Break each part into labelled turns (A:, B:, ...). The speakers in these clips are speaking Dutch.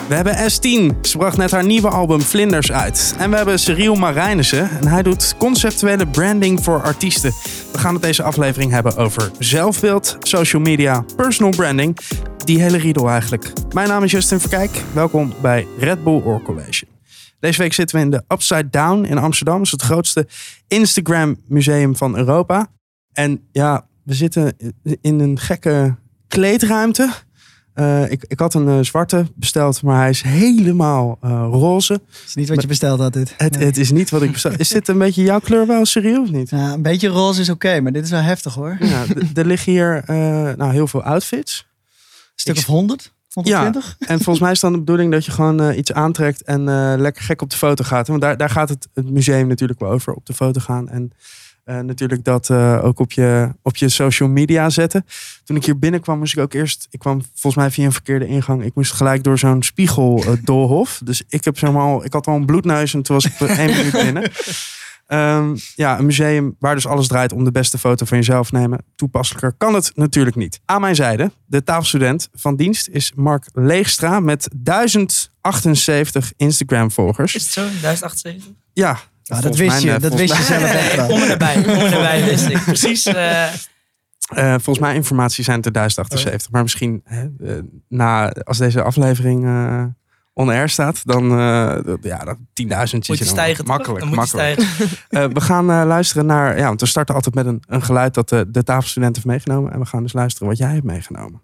A: We hebben S10. Ze bracht net haar nieuwe album Vlinders uit. En we hebben Cyril Marijnissen. En hij doet conceptuele branding voor artiesten. We gaan het deze aflevering hebben over zelfbeeld, social media, personal branding. Die hele riedel eigenlijk. Mijn naam is Justin Verkijk. Welkom bij Red Bull Oor College. Deze week zitten we in de Upside Down in Amsterdam. Dat is het grootste Instagram museum van Europa. En ja, we zitten in een gekke kleedruimte. Ik had een zwarte besteld, maar hij is helemaal roze. Het
B: is niet wat je besteld had, dit.
A: Het is niet wat ik besteld. Is dit een beetje jouw kleur wel, Cyril, of niet?
B: Ja, een beetje roze is oké, maar dit is wel heftig, hoor.
A: Ja, er liggen hier heel veel outfits.
B: Een stuk of 100? 120?
A: Ja, en volgens mij is dan de bedoeling dat je gewoon iets aantrekt en lekker gek op de foto gaat. Want daar gaat het museum natuurlijk wel over, op de foto gaan. En natuurlijk dat ook op je social media zetten. Toen ik hier binnenkwam, moest ik ook eerst... Ik kwam volgens mij via een verkeerde ingang. Ik moest gelijk door zo'n spiegeldoolhof. Dus ik had al een bloedneus en toen was ik 1 minuut binnen. Een museum waar dus alles draait om de beste foto van jezelf nemen. Toepasselijker kan het natuurlijk niet. Aan mijn zijde, de tafelstudent van dienst, is Mark Leegstra met 1078 Instagram-volgers.
C: Is het zo? 1078?
A: Ja.
B: Ah, dat wist je zelf echt wel.
C: Om en erbij wist ik. Precies.
A: Volgens mij informatie zijn het er 1078. Maar misschien als deze aflevering on air staat, dan 10.000
C: moet je stijgen.
A: Makkelijk.
C: Stijgen.
A: We gaan luisteren naar... Ja, want we starten altijd met een geluid dat de tafelstudent heeft meegenomen. En we gaan dus luisteren wat jij hebt meegenomen.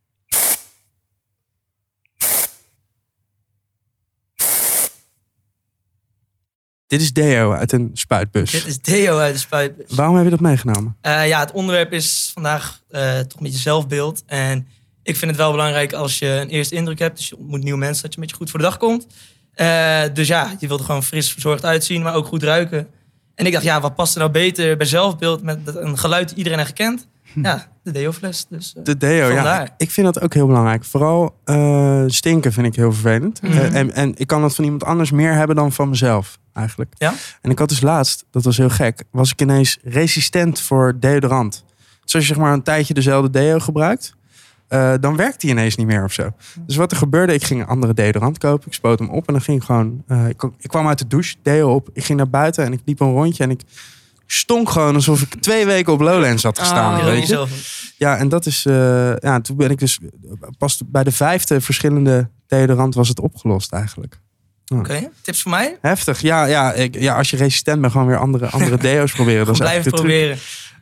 A: Dit is Deo uit een spuitbus.
C: Dit is Deo uit een spuitbus.
A: Waarom heb je dat meegenomen?
C: Het onderwerp is vandaag toch een beetje zelfbeeld. En ik vind het wel belangrijk als je een eerste indruk hebt. Dus je ontmoet nieuwe mensen, dat je een beetje goed voor de dag komt. Dus ja, je wilt er gewoon fris verzorgd uitzien, maar ook goed ruiken. En ik dacht, wat past er nou beter bij zelfbeeld met een geluid dat iedereen eigenlijk kent? Ja, de Deo-fles. Dus,
A: de Deo,
C: vandaar.
A: Ja. Ik vind dat ook heel belangrijk. Vooral stinken vind ik heel vervelend. Mm-hmm. En ik kan dat van iemand anders meer hebben dan van mezelf, eigenlijk.
C: Ja?
A: En ik had dus laatst, dat was heel gek, was ik ineens resistent voor deodorant. Dus als je zeg maar een tijdje dezelfde deo gebruikt, dan werkt die ineens niet meer of zo. Dus wat er gebeurde, ik ging een andere deodorant kopen. Ik spoot hem op en dan ging gewoon... ik kwam uit de douche, deo op. Ik ging naar buiten en ik liep een rondje en ik stonk gewoon alsof ik 2 weken op Lowlands had gestaan. Weet je? Ja, en dat is... toen ben ik dus... Pas bij de 5e verschillende deodorant was het opgelost eigenlijk.
C: Oké, tips voor mij?
A: Heftig. Als je resistent bent, gewoon weer andere deo's proberen. Dat is
C: blijven proberen.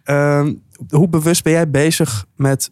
A: Hoe bewust ben jij bezig met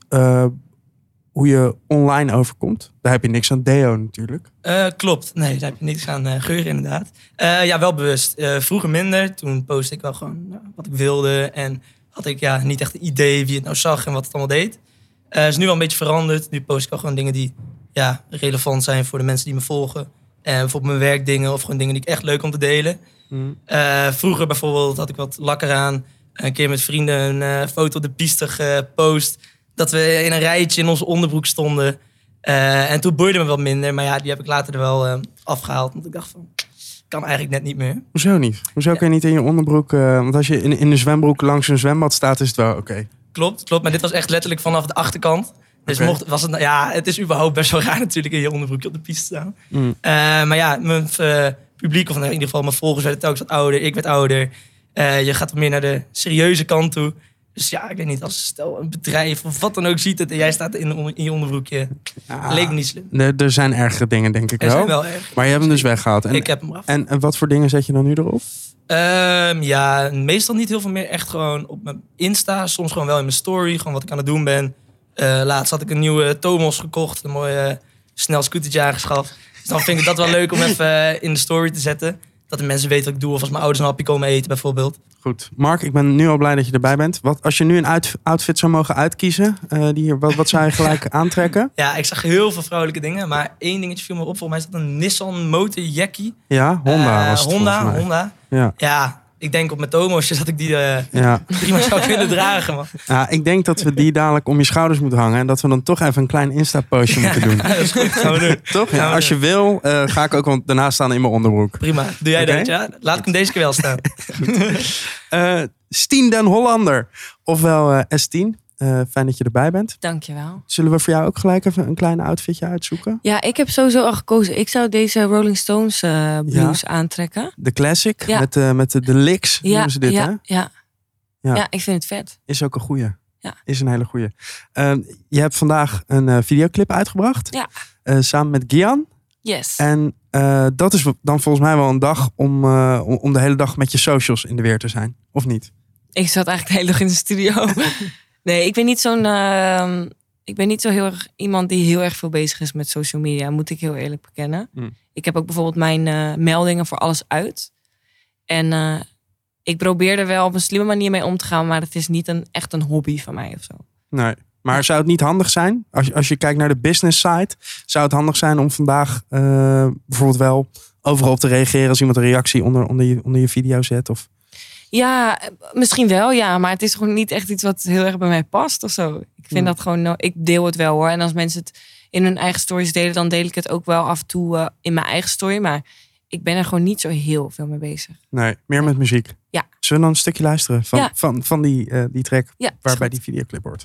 A: hoe je online overkomt? Daar heb je niks aan deo natuurlijk.
C: Klopt. Nee, daar heb je niks aan geur inderdaad. Wel bewust. Vroeger minder. Toen postte ik wel gewoon wat ik wilde. En had ik niet echt een idee wie het nou zag en wat het allemaal deed. Is nu wel een beetje veranderd. Nu post ik wel gewoon dingen die relevant zijn voor de mensen die me volgen. Bijvoorbeeld mijn werkdingen of gewoon dingen die ik echt leuk om te delen. Vroeger bijvoorbeeld had ik wat lakker aan. Een keer met vrienden een foto op de piste gepost. Dat we in een rijtje in onze onderbroek stonden. En toen boeide me wat minder. Maar die heb ik later er wel afgehaald. Want ik dacht van, kan eigenlijk net niet meer.
A: Hoezo niet? Hoezo kun je niet in je onderbroek... want als je in de zwembroek langs een zwembad staat, is het wel oké.
C: Klopt. Maar dit was echt letterlijk vanaf de achterkant. Dus het is überhaupt best wel raar natuurlijk in je onderbroekje op de piste staan. Mijn publiek, of in ieder geval mijn volgers werden telkens wat ouder. Ik werd ouder. Je gaat wat meer naar de serieuze kant toe. Dus ik weet niet, als stel een bedrijf of wat dan ook ziet het en jij staat in je onderbroekje. Leek me niet slim.
A: Er zijn ergere dingen, denk ik wel.
C: Zijn wel erg.
A: Maar je hebt hem dus weggehaald.
C: Ik heb hem af.
A: En wat voor dingen zet je dan nu erop?
C: Meestal niet heel veel meer. Echt gewoon op mijn Insta. Soms gewoon wel in mijn story. Gewoon wat ik aan het doen ben. Laatst had ik een nieuwe Tomos gekocht. Een mooi snel scootertje aangeschaft. Dus dan vind ik dat wel leuk om even in de story te zetten. Dat de mensen weten wat ik doe. Of als mijn ouders een hapje komen eten bijvoorbeeld.
A: Goed. Mark, ik ben nu al blij dat je erbij bent. Als je nu een outfit zou mogen uitkiezen, wat zou je gelijk aantrekken?
C: Ja, ik zag heel veel vrouwelijke dingen. Maar 1 dingetje viel me op. Volgens mij is dat een Nissan Motor Jackie.
A: Ja, Honda was het
C: Honda. Ja, ik denk op mijn Tomosje dat ik die prima zou kunnen dragen. Man.
A: Ja, ik denk dat we die dadelijk om je schouders moeten hangen. En dat we dan toch even een klein Insta-postje moeten doen.
C: Dat is goed, gaan we doen.
A: Toch? Ja, als je wil, ga ik ook daarna staan in mijn onderbroek.
C: Prima, doe jij dat, ja? Laat ik hem deze keer wel staan.
A: Stien den Hollander, ofwel S10. Fijn dat je erbij bent.
D: Dankjewel.
A: Zullen we voor jou ook gelijk even een klein outfitje uitzoeken?
D: Ja, ik heb sowieso al gekozen. Ik zou deze Rolling Stones blues aantrekken.
A: De classic,
D: Ja.
A: met de licks noemen ze dit, hè?
D: Ja, ik vind het vet.
A: Is ook een goeie.
D: Ja.
A: Is een hele goeie. Je hebt vandaag een videoclip uitgebracht.
D: Ja.
A: Samen met Gian.
D: Yes.
A: En dat is dan volgens mij wel een dag om de hele dag met je socials in de weer te zijn. Of niet?
D: Ik zat eigenlijk de hele dag in de studio. Nee, ik ben niet ik ben niet zo heel erg iemand die heel erg veel bezig is met social media. Moet ik heel eerlijk bekennen. Ik heb ook bijvoorbeeld mijn meldingen voor alles uit. En ik probeer er wel op een slimme manier mee om te gaan. Maar het is niet echt een hobby van mij of zo.
A: Nee. Maar zou het niet handig zijn, als je kijkt naar de business side, zou het handig zijn om vandaag bijvoorbeeld wel overal op te reageren als iemand een reactie onder je video zet? Of...
D: Ja, misschien wel, ja. Maar het is gewoon niet echt iets wat heel erg bij mij past of zo. Ik vind dat gewoon... Ik deel het wel hoor. En als mensen het in hun eigen stories delen, dan deel ik het ook wel af en toe in mijn eigen story. Maar ik ben er gewoon niet zo heel veel mee bezig.
A: Nee, meer met muziek.
D: Ja.
A: Zullen we dan een stukje luisteren van die track waarbij die videoclip hoort?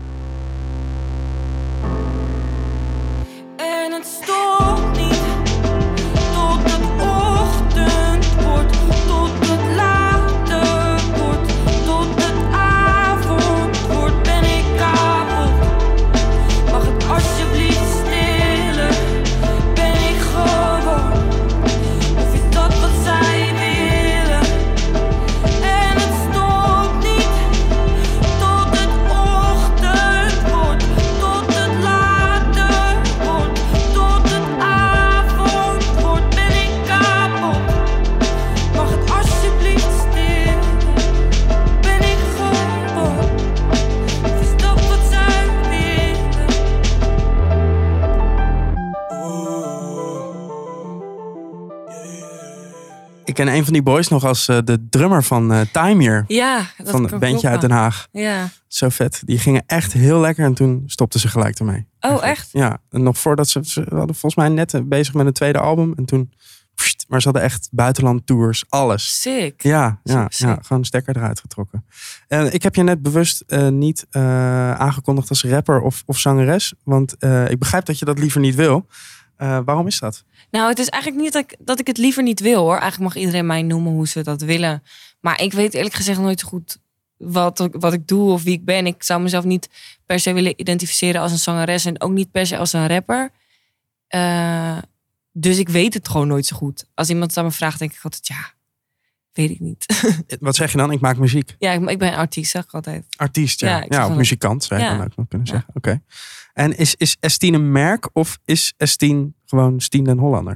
E: En het stopt niet tot het ochtend wordt, tot het later wordt, tot het avond wordt. Ben ik kapot? Mag het alsjeblieft stiller? Ben ik gewoon? Of is dat wat zij willen? En het stopt niet tot het ochtend wordt, tot het later wordt, tot het avond wordt. Ben ik kapot? Mag het alsjeblieft stil? Ben ik gewoon? Of is dat wat zij willen?
A: Ik ken een van die boys nog als de drummer van Time Here.
D: Ja, dat
A: Van
D: kan
A: een bandje uit Den
D: kloppen.
A: Haag.
D: Ja.
A: Zo vet. Die gingen echt heel lekker en toen stopten ze gelijk ermee.
D: Oh, echt?
A: Ja, en nog voordat ze hadden volgens mij net bezig met een tweede album. En toen, maar ze hadden echt buitenland tours, alles.
D: Sick.
A: Ja,
D: Sick.
A: gewoon een stekker eruit getrokken. Ik heb je net bewust niet aangekondigd als rapper of zangeres. Want ik begrijp dat je dat liever niet wil. Waarom is dat?
D: Nou, het is eigenlijk niet dat ik het liever niet wil hoor. Eigenlijk mag iedereen mij noemen hoe ze dat willen. Maar ik weet eerlijk gezegd nooit zo goed wat ik doe of wie ik ben. Ik zou mezelf niet per se willen identificeren als een zangeres. En ook niet per se als een rapper. Dus ik weet het gewoon nooit zo goed. Als iemand het aan me vraagt, denk ik altijd weet ik niet.
A: Wat zeg je dan? Ik maak muziek.
D: Ja, ik ben artiest, zeg ik altijd.
A: Artiest,
D: Ja,
A: ja.
D: ik zeg
A: Of
D: wel-
A: muzikant, zou je
D: Ja.
A: dan ook nog kunnen
D: Ja.
A: zeggen. Oké. En is S10 een merk of is S10 gewoon Stien den Hollander?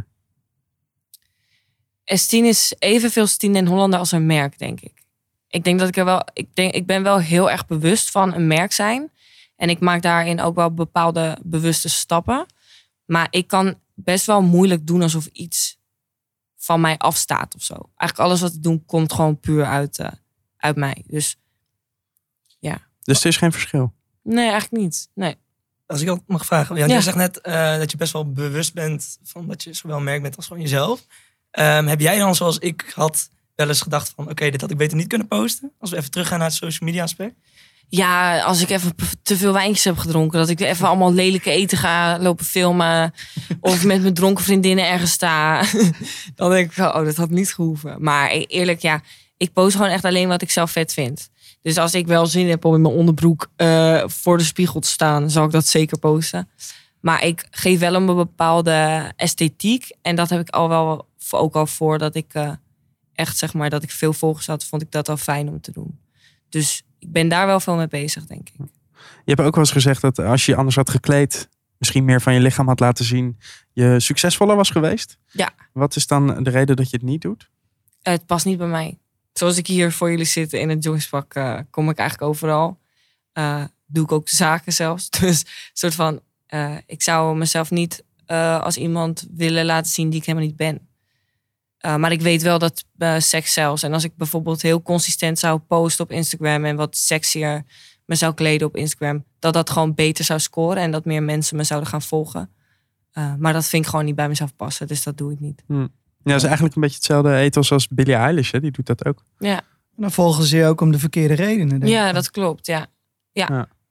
D: S10 is evenveel Stien den Hollander als een merk, denk ik. Ik denk dat ik ben wel heel erg bewust van een merk zijn. En ik maak daarin ook wel bepaalde bewuste stappen. Maar ik kan best wel moeilijk doen alsof iets van mij afstaat of zo. Eigenlijk alles wat ik doe komt gewoon puur uit mij. Dus
A: Dus er is geen verschil.
D: nee, eigenlijk niet. Nee.
C: Als ik ook mag vragen. Ja,
D: Ja.
C: jij zegt net dat je best wel bewust bent van dat je zowel merk bent als gewoon jezelf. Heb jij dan, zoals ik had, wel eens gedacht van oké, dit had ik beter niet kunnen posten? Als we even teruggaan naar het social media aspect.
D: Ja, als ik even te veel wijntjes heb gedronken. Dat ik even allemaal lelijke eten ga lopen filmen. Of met mijn dronken vriendinnen ergens sta. Dan denk ik van, dat had niet gehoeven. Maar eerlijk, ja, ik post gewoon echt alleen wat ik zelf vet vind. Dus als ik wel zin heb om in mijn onderbroek voor de spiegel te staan, zal ik dat zeker posten. Maar ik geef wel een bepaalde esthetiek. En dat heb ik ook al voordat ik echt zeg maar dat ik veel volgers had, vond ik dat al fijn om te doen. Dus ik ben daar wel veel mee bezig, denk ik.
A: Je hebt ook wel eens gezegd dat als je anders had gekleed, misschien meer van je lichaam had laten zien, je succesvoller was geweest.
D: Ja.
A: Wat is dan de reden dat je het niet doet?
D: Het past niet bij mij. Zoals ik hier voor jullie zit in het joggingspak, kom ik eigenlijk overal. Doe ik ook zaken zelfs. Dus soort van, ik zou mezelf niet als iemand willen laten zien die ik helemaal niet ben. Maar ik weet wel dat seks zelfs. En als ik bijvoorbeeld heel consistent zou posten op Instagram en wat sexier me zou kleden op Instagram, dat gewoon beter zou scoren en dat meer mensen me zouden gaan volgen. Maar dat vind ik gewoon niet bij mezelf passen, dus dat doe ik niet.
A: Ja, dat is eigenlijk een beetje hetzelfde ethos als Billie Eilish, hè? Die doet dat ook.
D: Ja,
B: En dan volgen ze je ook om de verkeerde redenen. Denk ik.
D: ja dat klopt, ja.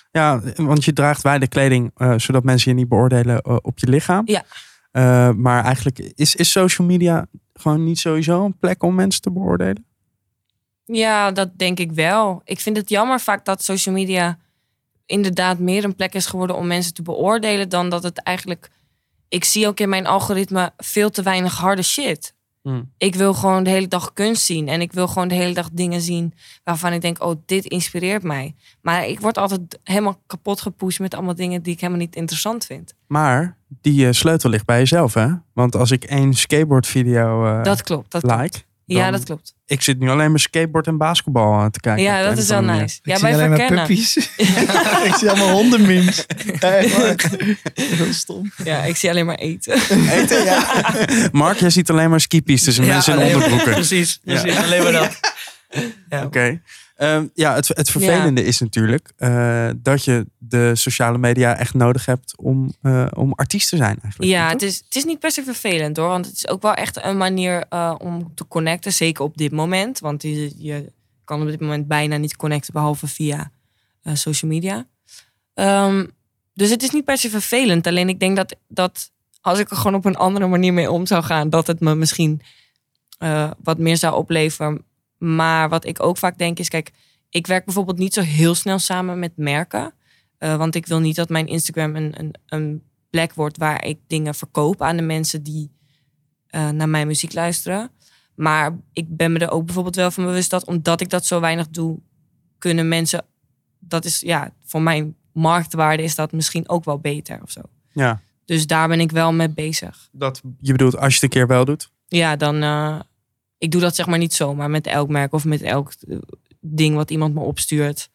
A: Ja, want je draagt wijde kleding zodat mensen je niet beoordelen op je lichaam.
D: Ja.
A: Maar eigenlijk is social media gewoon niet sowieso een plek om mensen te beoordelen?
D: Ja, dat denk ik wel. Ik vind het jammer vaak dat social media inderdaad meer een plek is geworden om mensen te beoordelen dan dat het eigenlijk... Ik zie ook in mijn algoritme veel te weinig harde shit. Ik wil gewoon de hele dag kunst zien. En ik wil gewoon de hele dag dingen zien waarvan ik denk, oh, dit inspireert mij. Maar ik word altijd helemaal kapot gepusht met allemaal dingen die ik helemaal niet interessant vind.
A: Maar die sleutel ligt bij jezelf, hè? Want als ik 1 skateboardvideo
D: dat klopt.
A: like...
D: Ja, dat klopt.
A: Ik zit nu alleen maar skateboard en basketbal te kijken.
D: Ja, dat is wel nice.
B: Ik
D: Ja,
B: zie
D: bij
B: alleen maar
D: verkennen.
B: puppies. Ik zie allemaal hondenmemes. Heel stom.
D: Ja, ik zie alleen maar eten.
A: Eten, ja. Mark, jij ziet alleen maar skipistes en mensen in
C: alleen maar-
A: onderbroeken.
C: Precies, alleen maar dat. Ja.
A: Oké. Het vervelende is natuurlijk dat je de sociale media echt nodig hebt om artiest te zijn eigenlijk.
D: Ja,
A: toch?
D: het is niet per se vervelend hoor. Want het is ook wel echt een manier om te connecten. Zeker op dit moment. Want je kan op dit moment bijna niet connecten behalve via social media. Dus het is niet per se vervelend. Alleen ik denk dat als ik er gewoon op een andere manier mee om zou gaan... dat het me misschien wat meer zou opleveren. Maar wat ik ook vaak denk is... Kijk, ik werk bijvoorbeeld niet zo heel snel samen met merken. Want ik wil niet dat mijn Instagram een plek wordt waar ik dingen verkoop aan de mensen die naar mijn muziek luisteren. Maar ik ben me er ook bijvoorbeeld wel van bewust dat omdat ik dat zo weinig doe, kunnen mensen, dat is voor mijn marktwaarde is dat misschien ook wel beter of zo.
A: Ja.
D: Dus daar ben ik wel mee bezig.
A: Je bedoelt als je het een keer wel doet?
D: Ja, dan ik doe dat zeg maar niet zomaar met elk merk of met elk ding wat iemand me opstuurt.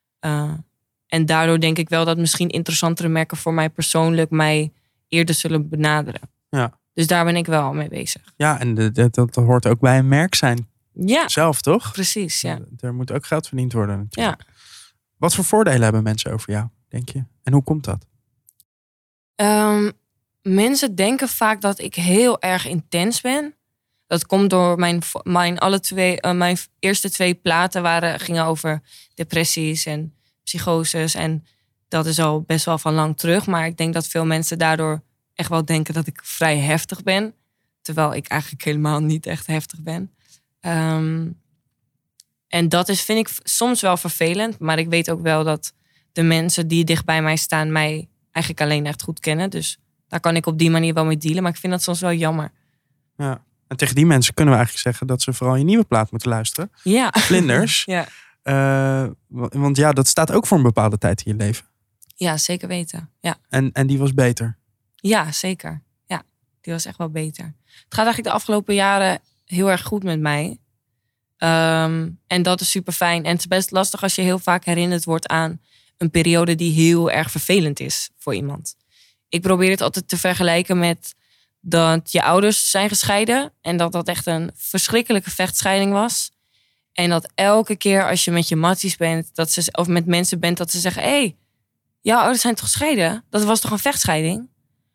D: En daardoor denk ik wel dat misschien interessantere merken voor mij persoonlijk mij eerder zullen benaderen.
A: Ja.
D: Dus daar ben ik wel mee bezig.
A: Ja, en dat hoort ook bij een merk zijn
D: Ja,
A: zelf, toch?
D: precies. Ja.
A: Er moet ook geld verdiend worden natuurlijk.
D: Ja.
A: Wat voor voordelen hebben mensen over jou, denk je? En hoe komt dat?
D: Mensen denken vaak dat ik heel erg intens ben. Dat komt door mijn eerste 2 platen gingen over depressies en psychoses. En dat is al best wel van lang terug. Maar ik denk dat veel mensen daardoor echt wel denken dat ik vrij heftig ben. Terwijl ik eigenlijk helemaal niet echt heftig ben. En dat vind ik soms wel vervelend. Maar ik weet ook wel dat de mensen die dicht bij mij staan mij eigenlijk alleen echt goed kennen. Dus daar kan ik op die manier wel mee dealen. Maar ik vind dat soms wel jammer.
A: Ja. En tegen die mensen kunnen we eigenlijk zeggen dat ze vooral je nieuwe plaat moeten luisteren.
D: Ja.
A: Vlinders.
D: Ja.
A: Want ja, dat staat ook voor een bepaalde tijd in je leven.
D: Ja, zeker weten. Ja.
A: En die was beter.
D: Ja, zeker. Ja, die was echt wel beter. Het gaat eigenlijk de afgelopen jaren heel erg goed met mij. En dat is super fijn. En het is best lastig als je heel vaak herinnerd wordt aan een periode die heel erg vervelend is voor iemand. Ik probeer het altijd te vergelijken met dat je ouders zijn gescheiden. En dat echt een verschrikkelijke vechtscheiding was. En dat elke keer als je met je matties bent, of met mensen bent, dat ze zeggen: hey, jouw ouders zijn toch gescheiden? Dat was toch een vechtscheiding?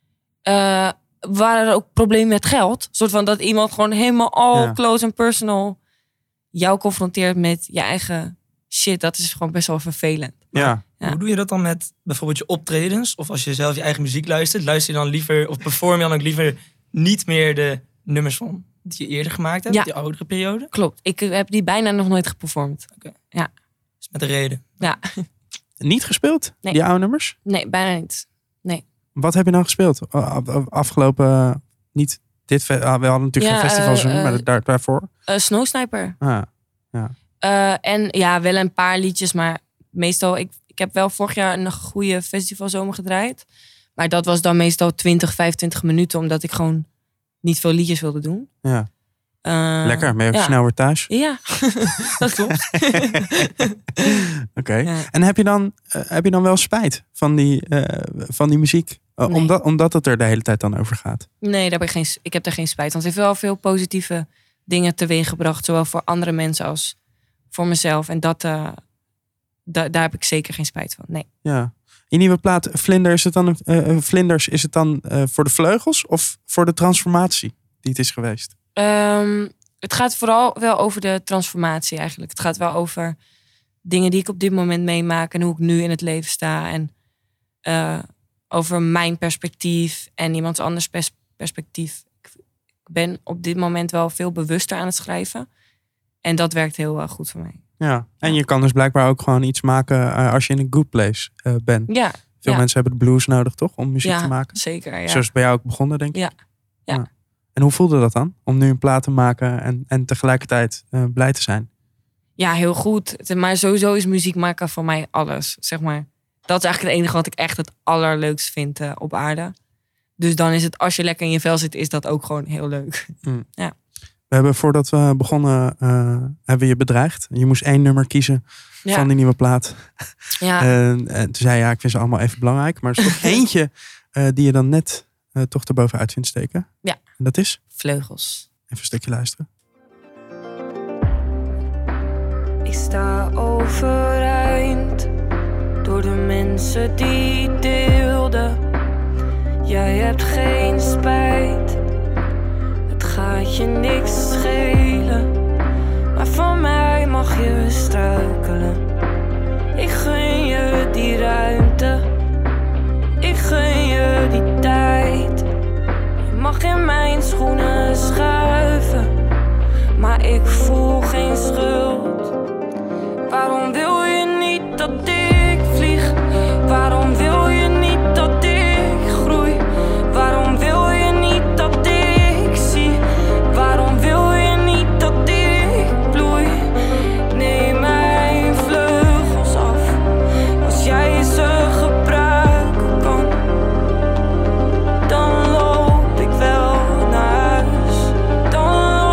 D: Waren er ook problemen met geld? Een soort van dat iemand gewoon helemaal close en personal jou confronteert met je eigen shit. Dat is gewoon best wel vervelend.
A: Ja.
D: Ja.
C: Hoe doe je dat dan met bijvoorbeeld je optredens? Of als je zelf je eigen muziek luistert, luister je dan liever, of perform je dan ook liever niet meer de nummers van die je eerder gemaakt hebt, die oudere periode?
D: Klopt. Ik heb die bijna nog nooit geperformd.
C: Okay.
D: Ja.
C: Dus met een reden.
D: Ja.
A: Niet gespeeld?
D: Nee.
A: Die oude nummers?
D: Nee, bijna niet. Nee.
A: Wat heb je dan gespeeld? Afgelopen, niet dit, we hadden natuurlijk geen festivalseizoen, maar daarvoor?
D: Snow Sniper.
A: Ja.
D: En ja, wel een paar liedjes, maar meestal, ik heb wel vorig jaar een goede festivalzomer gedraaid. Maar dat was dan meestal 20, 25 minuten, omdat ik gewoon niet veel liedjes wilde doen.
A: Ja. Lekker, ben je ook snel weer thuis?
D: Ja, dat klopt.
A: Oké. Ja. En heb je dan wel spijt van die muziek?
D: Nee.
A: Omdat het er de hele tijd dan over gaat?
D: Nee, ik heb daar geen spijt van. Het heeft wel veel positieve dingen teweeggebracht. Zowel voor andere mensen als voor mezelf. En daar heb ik zeker geen spijt van. Nee.
A: Ja. Je nieuwe plaat Vlinders, is het dan voor de vleugels of voor de transformatie die het is geweest?
D: Het gaat vooral wel over de transformatie eigenlijk. Het gaat wel over dingen die ik op dit moment meemaak en hoe ik nu in het leven sta. En over mijn perspectief en iemands anders perspectief. Ik ben op dit moment wel veel bewuster aan het schrijven. En dat werkt heel goed voor mij.
A: Ja, en je kan dus blijkbaar ook gewoon iets maken als je in een good place bent.
D: Ja.
A: Veel mensen hebben de blues nodig, toch? Om muziek
D: Ja,
A: te maken.
D: zeker. Ja.
A: Zoals het bij jou ook begonnen, denk ik.
D: Ja. Ja.
A: En hoe voelde dat dan? Om nu een plaat te maken en tegelijkertijd blij te zijn?
D: Ja, heel goed. Maar sowieso is muziek maken voor mij alles, zeg maar. Dat is eigenlijk het enige wat ik echt het allerleukst vind op aarde. Dus dan is het, als je lekker in je vel zit, is dat ook gewoon heel leuk. Ja.
A: We hebben voordat we begonnen, hebben we je bedreigd. Je moest 1 nummer kiezen van die nieuwe plaat.
D: Ja.
A: En toen zei je, ik vind ze allemaal even belangrijk. Maar er is toch eentje die je dan net toch erbovenuit vindt steken.
D: Ja.
A: En dat is?
D: Vleugels.
A: Even een stukje luisteren.
E: Ik sta overeind door de mensen die deelden. Jij hebt geen spijt, het gaat je niks schelen. Maar van mij mag je struikelen. Ik gun je die ruimte, ik gun je die tijd. Je mag in mijn schoenen schuiven, maar ik voel geen schuld. Waarom wil je niet dat ik vlieg? Waarom wil je niet dat ik groei? Waarom wil je niet dat ik zie? Waarom wil je niet dat ik bloei? Neem mijn vleugels af, als jij ze gebruiken kan. Dan loop ik wel naar huis. Dan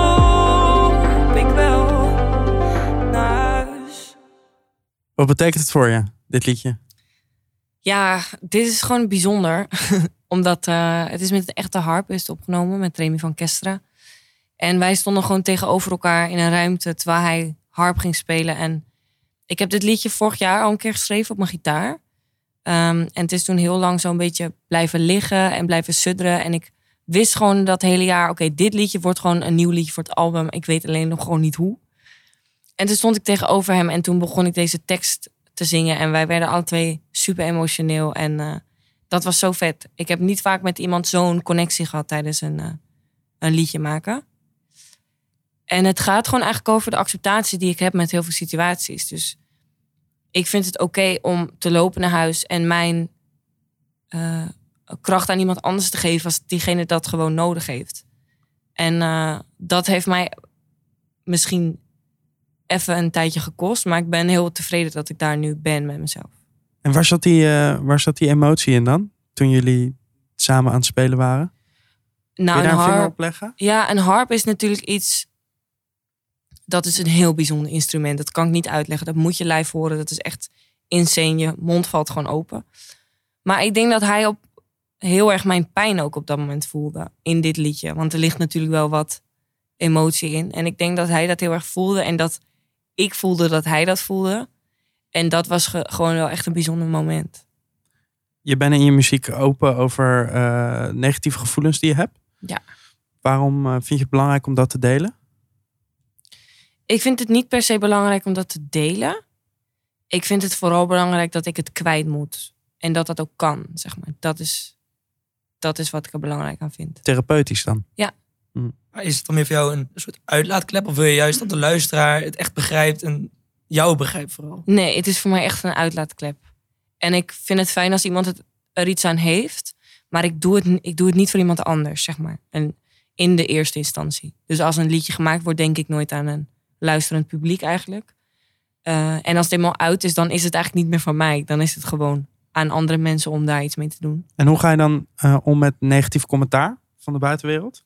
E: loop ik wel naar huis.
A: Wat betekent het voor je, dit liedje?
D: Ja, dit is gewoon bijzonder. Omdat het is met een echte harpist opgenomen. Met Remy van Kestra. En wij stonden gewoon tegenover elkaar in een ruimte. Terwijl hij harp ging spelen. En ik heb dit liedje vorig jaar al een keer geschreven op mijn gitaar. En het is toen heel lang zo'n beetje blijven liggen. En blijven sudderen. En ik wist gewoon dat hele jaar. Oké, dit liedje wordt gewoon een nieuw liedje voor het album. Ik weet alleen nog gewoon niet hoe. En toen stond ik tegenover hem. En toen begon ik deze tekst te zingen. En wij werden alle twee super emotioneel. En dat was zo vet. Ik heb niet vaak met iemand zo'n connectie gehad tijdens een liedje maken. En het gaat gewoon eigenlijk over de acceptatie die ik heb met heel veel situaties. Dus ik vind het oké om te lopen naar huis en mijn kracht aan iemand anders te geven als diegene dat gewoon nodig heeft. En dat heeft mij misschien even een tijdje gekost. Maar ik ben heel tevreden dat ik daar nu ben met mezelf.
A: En waar zat die emotie in dan? Toen jullie samen aan het spelen waren?
D: Nou,
A: Kun je daar een vinger
D: harp,
A: op leggen?
D: ja, een harp is natuurlijk iets. Dat is een heel bijzonder instrument. Dat kan ik niet uitleggen. Dat moet je lijf horen. Dat is echt insane. Je mond valt gewoon open. Maar ik denk dat hij op heel erg mijn pijn ook op dat moment voelde. In dit liedje. Want er ligt natuurlijk wel wat emotie in. En ik denk dat hij dat heel erg voelde. En dat ik voelde dat hij dat voelde. En dat was gewoon wel echt een bijzonder moment.
A: Je bent in je muziek open over negatieve gevoelens die je hebt.
D: Ja.
A: Waarom vind je het belangrijk om dat te delen?
D: Ik vind het niet per se belangrijk om dat te delen. Ik vind het vooral belangrijk dat ik het kwijt moet. En dat dat ook kan, zeg maar. Dat is wat ik er belangrijk aan vind.
A: Therapeutisch dan?
D: Ja.
C: Maar is het dan meer voor jou een soort uitlaatklep? Of wil je juist dat de luisteraar het echt begrijpt en jou begrijpt vooral?
D: Nee, het is voor mij echt een uitlaatklep. En ik vind het fijn als iemand er iets aan heeft. Maar ik doe het niet voor iemand anders, zeg maar. En in de eerste instantie. Dus als een liedje gemaakt wordt, denk ik nooit aan een luisterend publiek eigenlijk. En als het eenmaal uit is, dan is het eigenlijk niet meer van mij. Dan is het gewoon aan andere mensen om daar iets mee te doen.
A: En hoe ga je dan om met negatief commentaar van de buitenwereld?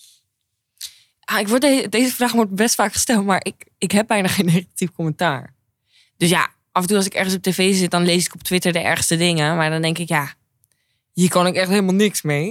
D: Deze vraag wordt best vaak gesteld, maar ik heb bijna geen negatief commentaar. Dus ja, af en toe als ik ergens op tv zit, dan lees ik op Twitter de ergste dingen. Maar dan denk ik, ja, hier kan ik echt helemaal niks mee.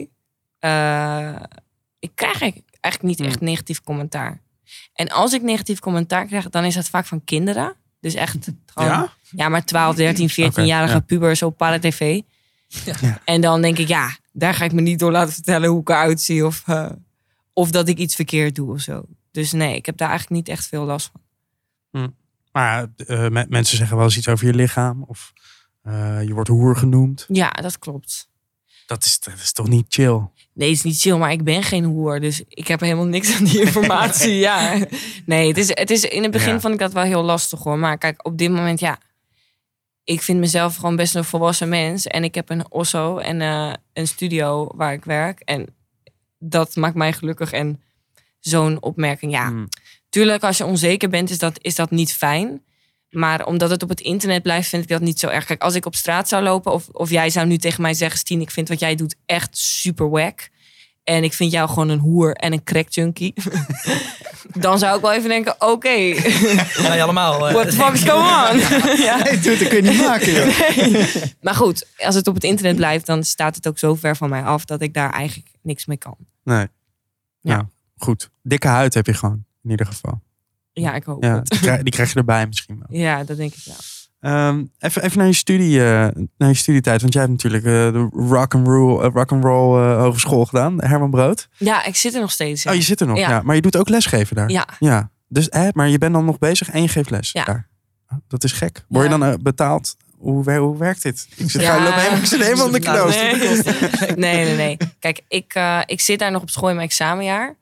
D: Ik krijg eigenlijk niet echt negatief commentaar. En als ik negatief commentaar krijg, dan is dat vaak van kinderen. Dus echt gewoon, ja, maar 12, 13, 14-jarige pubers op para-tv.
C: Ja.
D: En dan denk ik, ja, daar ga ik me niet door laten vertellen hoe ik eruit zie. Of dat ik iets verkeerd doe of zo. Dus nee, ik heb daar eigenlijk niet echt veel last van.
A: Maar mensen zeggen wel eens iets over je lichaam. Of je wordt hoer genoemd.
D: Ja, dat klopt.
A: Dat is toch niet chill?
D: Nee, het is niet chill, maar ik ben geen hoer. Dus ik heb helemaal niks aan die informatie. Ja. Nee, het is in het begin vond ik dat wel heel lastig hoor. Maar kijk, op dit moment ik vind mezelf gewoon best een volwassen mens. En ik heb een osso en een studio waar ik werk. En dat maakt mij gelukkig. En zo'n opmerking, tuurlijk als je onzeker bent is dat niet fijn. Maar omdat het op het internet blijft, vind ik dat niet zo erg. Kijk, als ik op straat zou lopen of jij zou nu tegen mij zeggen... Stien, ik vind wat jij doet echt super wack. En ik vind jou gewoon een hoer en een crack junkie. Dan zou ik wel even denken, oké.
C: Ja, allemaal.
D: What the fuck is going on? Ja.
B: Nee, dude, dat kun je niet maken, joh.
D: Nee. Maar goed, als het op het internet blijft... dan staat het ook zo ver van mij af dat ik daar eigenlijk niks mee kan.
A: Nee.
D: Ja.
A: Nou, goed. Dikke huid heb je gewoon, in ieder geval.
D: Ja, ik hoop
A: Ja,
D: het.
A: die krijg je erbij misschien wel.
D: Ja, dat denk ik wel.
A: Even naar je studietijd. Want jij hebt natuurlijk de rock'n'roll hogeschool gedaan. Herman Brood.
D: Ja, ik zit er nog steeds. Ja.
A: Oh, je zit er nog.
D: Ja.
A: Ja. Maar je doet ook lesgeven daar.
D: Ja.
A: Dus, maar je bent dan nog bezig en je geeft les daar. Oh, dat is gek. Word je dan betaald? Hoe werkt dit? Ik zit helemaal in de knoos.
D: Nee. Kijk, ik zit daar nog op school in mijn examenjaar.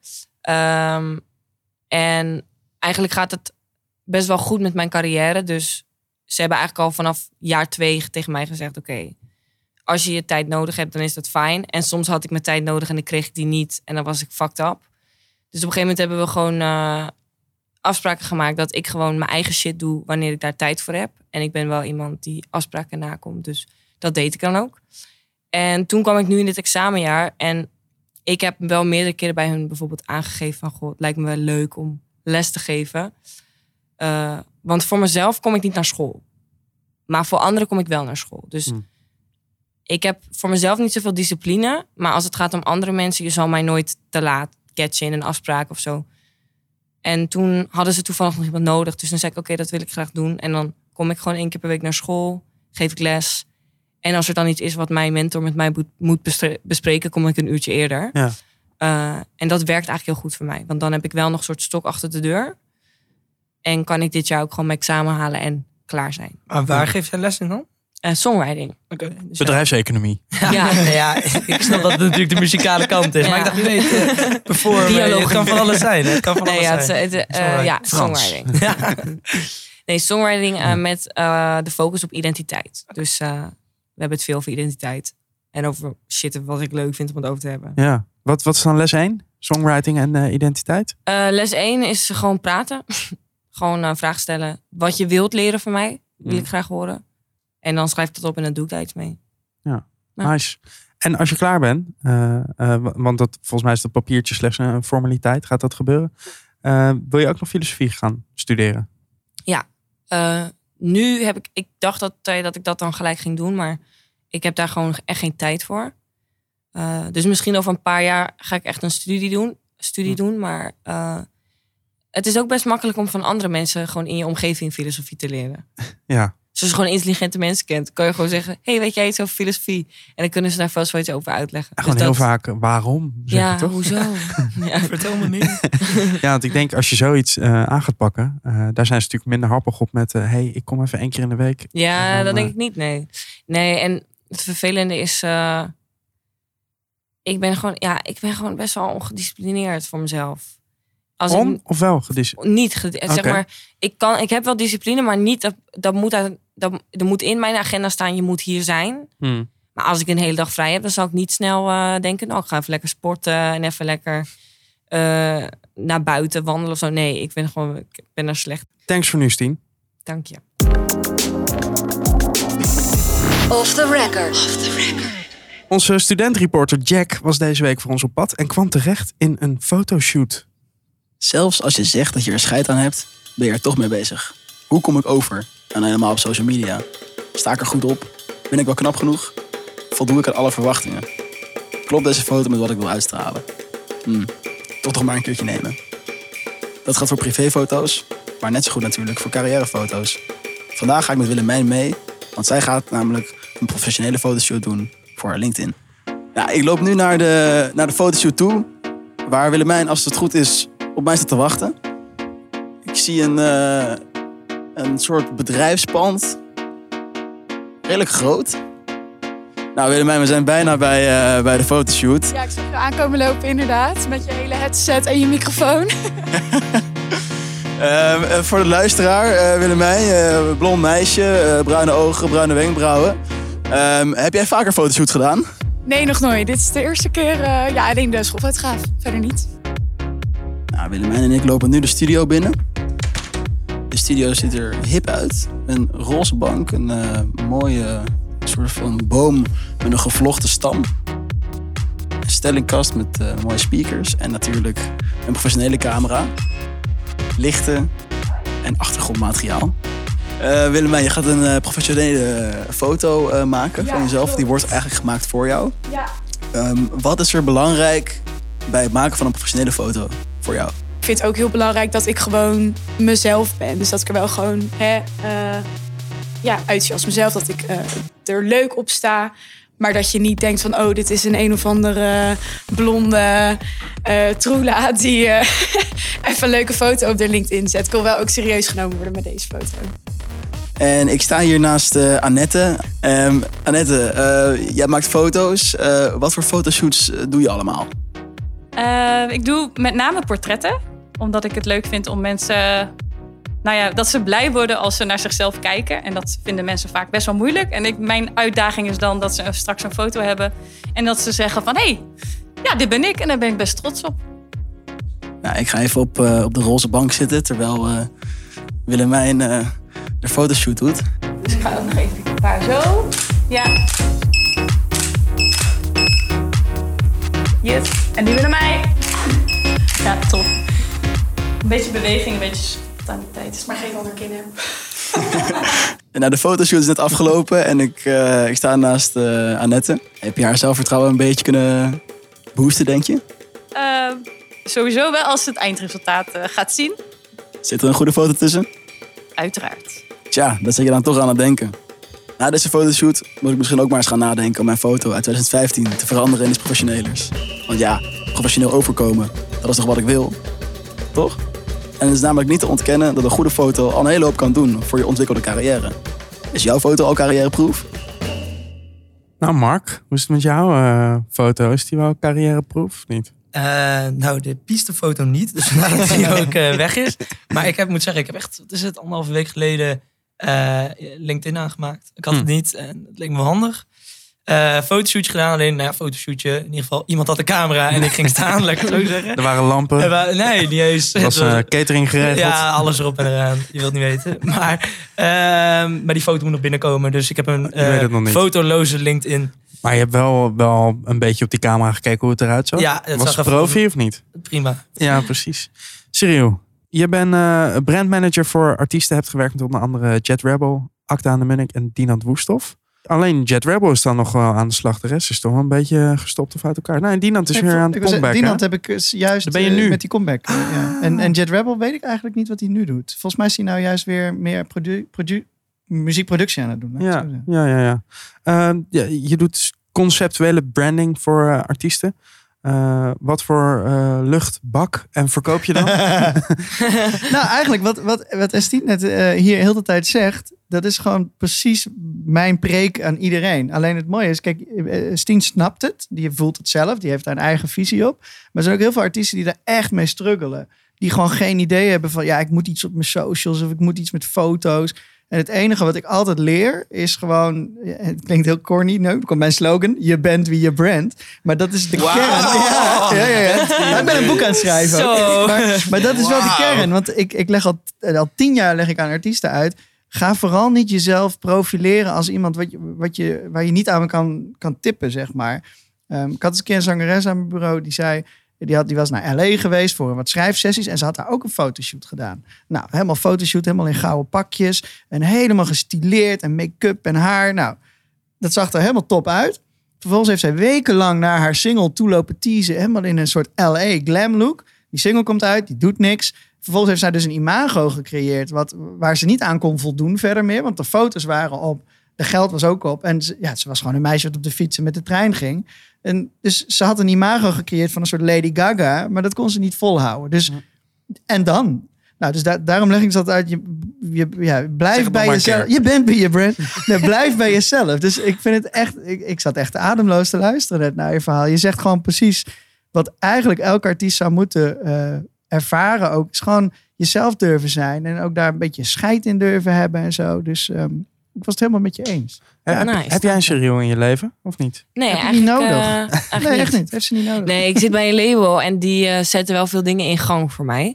D: En eigenlijk gaat het best wel goed met mijn carrière. Dus ze hebben eigenlijk al vanaf jaar 2 tegen mij gezegd... Oké, als je je tijd nodig hebt, dan is dat fijn. En soms had ik mijn tijd nodig en dan kreeg ik die niet. En dan was ik fucked up. Dus op een gegeven moment hebben we gewoon afspraken gemaakt... dat ik gewoon mijn eigen shit doe wanneer ik daar tijd voor heb. En ik ben wel iemand die afspraken nakomt. Dus dat deed ik dan ook. En toen kwam ik nu in dit examenjaar. En ik heb wel meerdere keren bij hun bijvoorbeeld aangegeven... van goh, het lijkt me wel leuk om les te geven... want voor mezelf kom ik niet naar school. Maar voor anderen kom ik wel naar school. Dus ik heb voor mezelf niet zoveel discipline. Maar als het gaat om andere mensen... je zal mij nooit te laat catchen in een afspraak of zo. En toen hadden ze toevallig nog iemand nodig. Dus dan zei ik, oké, dat wil ik graag doen. En dan kom ik gewoon 1 keer per week naar school. Geef ik les. En als er dan iets is wat mijn mentor met mij moet bespreken... kom ik 1 uurtje eerder.
A: Ja.
D: En dat werkt eigenlijk heel goed voor mij. Want dan heb ik wel nog een soort stok achter de deur... En kan ik dit jaar ook gewoon mijn examen halen en klaar zijn.
C: Maar waar geef jij les in dan?
D: Songwriting.
C: Oké.
D: Dus
A: Bedrijfseconomie.
D: Ja.
C: Ik snap dat het natuurlijk de muzikale kant is.
D: Ja.
C: Maar ik dacht, je weet, performen, het kan van alles zijn. Het kan van alles zijn.
D: Songwriting.
C: Ja.
D: Nee, songwriting met de focus op identiteit. Dus we hebben het veel over identiteit. En over shit wat ik leuk vind om het over te hebben.
A: Ja. Wat is dan les 1? Songwriting en identiteit?
D: Les 1 is gewoon praten. Gewoon vragen stellen. Wat je wilt leren van mij, wil ik graag horen. En dan schrijf ik dat op en dan doe ik daar iets mee.
A: Ja, nice. En als je klaar bent, want volgens mij is dat papiertje slechts een formaliteit. Gaat dat gebeuren? Wil je ook nog filosofie gaan studeren?
D: Ja. Nu heb ik dacht dat ik dat dan gelijk ging doen. Maar ik heb daar gewoon echt geen tijd voor. Dus misschien over een paar jaar ga ik echt een studie doen. Maar het is ook best makkelijk om van andere mensen... gewoon in je omgeving filosofie te leren.
A: Ja.
D: Dus als je gewoon intelligente mensen kent... kan je gewoon zeggen, hey, weet jij iets over filosofie? En dan kunnen ze daar vast wel iets over uitleggen.
A: Gewoon
D: dus
A: heel vaak, waarom? Zeg je toch?
D: Hoezo? Ja.
C: Vertel me niet.
A: Ja, want ik denk als je zoiets aan gaat pakken... daar zijn ze natuurlijk minder happig op met... hey, ik kom even 1 keer in de week.
D: Ja,
A: dan,
D: dat denk ik niet, nee. Nee, en het vervelende is... Ik ben gewoon best wel ongedisciplineerd voor mezelf.
A: Of wel gedisciplineerd?
D: Niet, zeg maar. Ik heb wel discipline, maar niet er moet in mijn agenda staan, je moet hier zijn. Maar als ik een hele dag vrij heb, dan zal ik niet snel denken, nou, ik ga even lekker sporten en even lekker naar buiten wandelen of zo. Nee, ik ben daar slecht.
A: Thanks voor nu, Stien.
D: Dank je.
F: Off the record.
A: Onze studentreporter Jack was deze week voor ons op pad en kwam terecht in een fotoshoot.
B: Zelfs als je zegt dat je er scheid aan hebt, ben je er toch mee bezig. Hoe kom ik over? En helemaal op social media. Sta ik er goed op? Ben ik wel knap genoeg? Voldoe ik aan alle verwachtingen? Klopt deze foto met wat ik wil uitstralen? Toch maar een keertje nemen. Dat gaat voor privéfoto's, maar net zo goed natuurlijk voor carrièrefoto's. Vandaag ga ik met Willemijn mee, want zij gaat namelijk een professionele fotoshoot doen voor LinkedIn. Ja, ik loop nu naar de fotoshoot toe, waar Willemijn, als het goed is, op mij staat te wachten. Ik zie een soort bedrijfspand. Redelijk groot. Nou Willemijn, we zijn bijna bij de fotoshoot.
G: Ja, ik zag je aankomen lopen inderdaad. Met je hele headset en je microfoon.
B: Voor de luisteraar, Willemijn, blond meisje, bruine ogen, bruine wenkbrauwen. Heb jij vaker fotoshoot gedaan?
G: Nee, nog nooit. Dit is de eerste keer. Alleen de schoolfotograaf. Verder niet.
B: Nou, Willemijn en ik lopen nu de studio binnen. De studio ziet er hip uit. Een roze bank, een mooie soort van boom met een gevlochten stam. Een stellingkast met mooie speakers. En natuurlijk een professionele camera. Lichten en achtergrondmateriaal. Willemijn, je gaat een professionele foto maken van jezelf.
G: Klopt.
B: Die wordt eigenlijk gemaakt voor jou.
G: Ja.
B: Wat is er belangrijk bij het maken van een professionele foto voor jou?
G: Ik vind het ook heel belangrijk dat ik gewoon mezelf ben. Dus dat ik er wel gewoon uitzie als mezelf. Dat ik er leuk op sta. Maar dat je niet denkt van... oh, dit is een of andere blonde troela... die even een leuke foto op de LinkedIn zet. Ik wil wel ook serieus genomen worden met deze foto.
B: En ik sta hier naast Annette. Annette, jij maakt foto's. Wat voor fotoshoots doe je allemaal?
H: Ik doe met name portretten. Omdat ik het leuk vind om mensen... dat ze blij worden als ze naar zichzelf kijken. En dat vinden mensen vaak best wel moeilijk. En mijn uitdaging is dan dat ze straks een foto hebben. En dat ze zeggen van... hey, dit ben ik. En daar ben ik best trots op.
B: Nou, ik ga even op de roze bank zitten. Terwijl Willemijn de fotoshoot doet.
H: Dus ik ga ook nog even een paar zo. Ja. Yes. En die willen mij. Ja, top. Een beetje beweging, een beetje spontaniteit.
G: Maar geen ander kinderen.
B: Nou, de fotoshoot is net afgelopen en ik sta naast Annette. Heb je haar zelfvertrouwen een beetje kunnen boosten, denk je?
H: Sowieso wel als ze het eindresultaat gaat zien.
B: Zit er een goede foto tussen?
H: Uiteraard.
B: Tja, daar zit je dan toch aan het denken. Na deze fotoshoot moet ik misschien ook maar eens gaan nadenken om mijn foto uit 2015 te veranderen in iets professionelers. Want ja, professioneel overkomen, dat is toch wat ik wil? Toch? En het is namelijk niet te ontkennen dat een goede foto al een hele hoop kan doen voor je ontwikkelde carrière. Is jouw foto al carrièreproof?
A: Nou Mark, hoe is het met jouw foto? Is die wel carrièreproof of niet?
C: De pistefoto niet. Dus vandaar dat die ook weg is. Maar ik moet zeggen, ik heb echt, wat is het, 1,5 week geleden LinkedIn aangemaakt. Ik had het niet en het leek me wel handig. Fotoshootje gedaan, alleen fotoshootje. In ieder geval, iemand had de camera en ik ging staan, lekker zo zeggen.
A: Er waren lampen.
C: Nee, niet eens.
A: Er was catering geregeld.
C: Ja, alles erop en eraan. Je wilt niet weten. Maar die foto moet nog binnenkomen. Dus ik heb een fotoloze LinkedIn.
A: Maar je hebt wel een beetje op die camera gekeken hoe het eruit zag?
C: Ja, het
A: was
C: zag
A: het profi of niet?
C: Prima.
A: Ja, precies. Cyril, je bent brandmanager voor artiesten. Hebt gewerkt met onder andere Jet Rebel, Acta aan de Munnik en Dinant Woesthof. Alleen Jet Rebel is dan nog wel aan de slag. De rest is toch wel een beetje gestopt of uit elkaar. Nee, Dinant is weer aan de comeback.
I: Dinant heb ik juist
A: ben je nu
I: met die comeback. Ja. En Jet Rebel weet ik eigenlijk niet wat hij nu doet. Volgens mij is hij nou juist weer meer muziekproductie aan het doen.
A: Ja. Je doet conceptuele branding voor artiesten. Wat voor lucht, bak en verkoop je dan?
I: Nou, eigenlijk wat Estine net hier heel de tijd zegt, dat is gewoon precies mijn preek aan iedereen. Alleen het mooie is, kijk, Estine snapt het. Die voelt het zelf. Die heeft daar een eigen visie op. Maar er zijn ook heel veel artiesten die daar echt mee struggelen. Die gewoon geen idee hebben van, ik moet iets op mijn socials of ik moet iets met foto's. En het enige wat ik altijd leer is gewoon... Het klinkt heel corny, nu komt mijn slogan. Je bent wie je brandt. Maar dat is de kern. Ja. Ik ben een boek aan het schrijven. Maar dat is wel de kern. Want ik leg al 10 jaar leg ik aan artiesten uit. Ga vooral niet jezelf profileren als iemand waar je niet aan kan tippen, zeg maar. Ik had eens een keer een zangeres aan mijn bureau die zei... Die was naar L.A. geweest voor wat schrijfsessies. En ze had daar ook een fotoshoot gedaan. Nou, helemaal fotoshoot, helemaal in gouden pakjes. En helemaal gestileerd en make-up en haar. Nou, dat zag er helemaal top uit. Vervolgens heeft zij wekenlang naar haar single toe lopen teasen. Helemaal in een soort L.A. glam look. Die single komt uit, die doet niks. Vervolgens heeft zij dus een imago gecreëerd... waar ze niet aan kon voldoen verder meer. Want de foto's waren op. De geld was ook op. En ze was gewoon een meisje dat op de fiets en met de trein ging. En dus ze had een imago gecreëerd van een soort Lady Gaga. Maar dat kon ze niet volhouden. Dus, en dan Nou, dus daarom leg ik dat uit. Blijf bij jezelf. Je bent bij je brand. Nee, blijf bij jezelf. Dus ik vind het echt... Ik zat echt ademloos te luisteren net naar je verhaal. Je zegt gewoon precies wat eigenlijk elke artiest zou moeten ervaren ook. Is gewoon jezelf durven zijn. En ook daar een beetje scheid in durven hebben en zo. Dus ik was het helemaal met je eens.
A: Heb jij een serieel in je leven? Of niet?
D: Nee,
I: Heb je
D: eigenlijk
I: niet nodig.
D: eigenlijk
I: Nee,
D: niet.
I: echt niet. Heeft ze niet nodig.
D: Nee, ik zit bij een label en die zetten wel veel dingen in gang voor mij.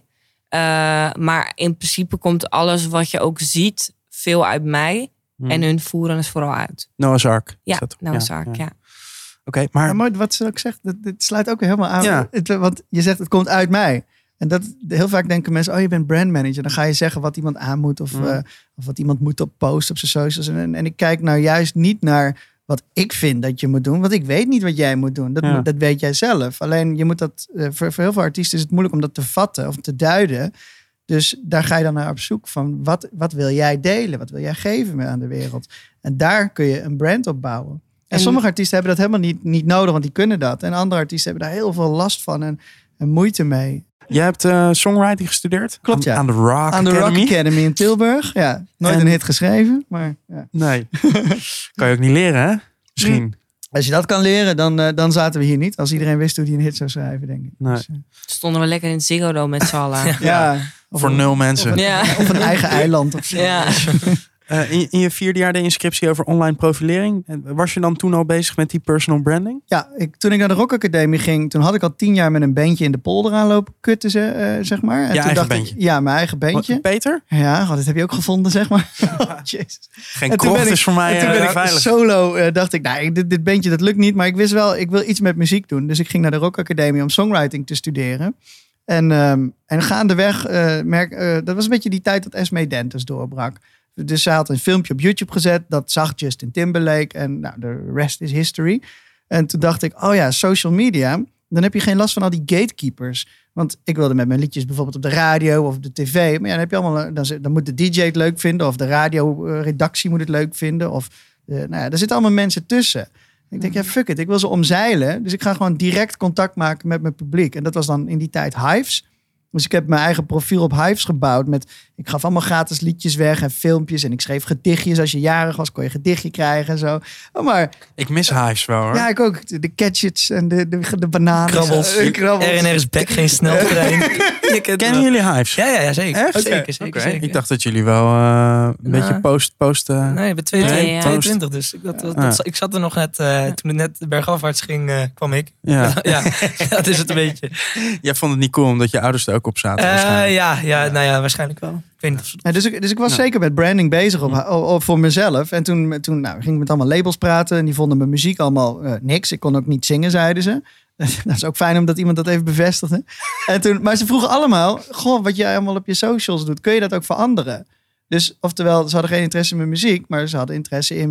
D: Maar in principe komt alles wat je ook ziet veel uit mij. En hun voeren het vooral uit.
A: Noah's Ark.
D: Ja, Noah's Ark, ja.
A: Oké, maar...
I: Maar wat ze ook zegt, dit sluit ook weer helemaal aan.
A: Ja.
I: Want je zegt, het komt uit mij. En dat heel vaak denken mensen, oh, je bent brandmanager. Dan ga je zeggen wat iemand aan moet of wat iemand moet op posten op zijn socials. En ik kijk nou juist niet naar wat ik vind dat je moet doen. Want ik weet niet wat jij moet doen. Dat weet jij zelf. Alleen je moet dat, voor heel veel artiesten is het moeilijk om dat te vatten of te duiden. Dus daar ga je dan naar op zoek van wat wil jij delen? Wat wil jij geven aan de wereld? En daar kun je een brand op bouwen. En sommige artiesten hebben dat helemaal niet nodig, want die kunnen dat. En andere artiesten hebben daar heel veel last van en moeite mee.
A: Jij hebt songwriting gestudeerd?
I: Klopt, ja.
A: Aan de Rock
I: Aan de
A: Academy?
I: Rock Academy in Tilburg. Ja, nooit een hit geschreven, maar ja.
A: Nee. Kan je ook niet leren, hè? Misschien.
I: Als je dat kan leren, dan zaten we hier niet. Als iedereen wist hoe hij een hit zou schrijven, denk ik.
A: Nee.
I: Dus,
D: Stonden we lekker in het Ziggo Dome met z'n allen.
I: ja.
A: Voor 0 mensen.
I: Of een eigen eiland of zo.
D: Ja.
A: In je 4e jaar de inscriptie over online profilering. Was je dan toen al bezig met die personal branding?
I: Ja, toen ik naar de Rock Academy ging, toen had ik al 10 jaar met een bandje in de polder aanlopen kutten, zeg maar. En
A: Je
I: toen
A: eigen
I: dacht
A: bandje?
I: Ja, mijn eigen bandje.
A: Peter?
I: Ja, dat heb je ook gevonden, zeg maar. Jezus.
A: Geen
I: En toen
A: krocht
I: ben
A: is voor mij
I: en toen ben ik
A: veilig.
I: solo, dacht ik, nou, dit bandje, dat lukt niet. Maar ik wist wel, ik wil iets met muziek doen. Dus ik ging naar de Rock Academy om songwriting te studeren. En gaandeweg, dat was een beetje die tijd dat Esme Dentes doorbrak. Dus ze had een filmpje op YouTube gezet. Dat zag Justin Timberlake. En nou, de rest is history. En toen dacht ik, oh ja, social media. Dan heb je geen last van al die gatekeepers. Want ik wilde met mijn liedjes bijvoorbeeld op de radio of op de tv. Maar ja, dan heb je allemaal, dan moet de DJ het leuk vinden. Of de radioredactie moet het leuk vinden. Of er zitten allemaal mensen tussen. Ik denk, ja, fuck it. Ik wil ze omzeilen. Dus ik ga gewoon direct contact maken met mijn publiek. En dat was dan in die tijd Hives. Dus ik heb mijn eigen profiel op Hives gebouwd. Ik gaf allemaal gratis liedjes weg en filmpjes. En ik schreef gedichtjes. Als je jarig was, kon je een gedichtje krijgen en zo. Oh, maar
A: Ik mis Hives wel, hoor.
I: ja, ik ook. De gadgets en de bananen.
C: Krabbels.
I: Krabbels.
C: RNR is back, geen sneltrein.
A: Kennen jullie Hives?
C: Ja, zeker.
A: Echt?
C: Zeker.
A: Oké. Ik dacht dat jullie wel een beetje posten.
C: Nee, ik ben 22, dus ik zat er nog net, toen het net bergafwaarts ging, kwam ik.
A: Ja.
C: Ja, dat is het een beetje.
A: Jij vond het niet cool omdat je ouders er ook op zaten. waarschijnlijk.
C: Nou ja, waarschijnlijk wel. Ik weet niet of ze...
I: Ja, dus ik was zeker met branding bezig voor ging ik met allemaal labels praten. En die vonden mijn muziek allemaal niks. Ik kon ook niet zingen, zeiden ze. Dat is ook fijn omdat iemand dat even bevestigde. Maar ze vroegen allemaal, goh, wat jij allemaal op je socials doet, kun je dat ook voor anderen? Dus oftewel, ze hadden geen interesse in mijn muziek, maar ze hadden interesse in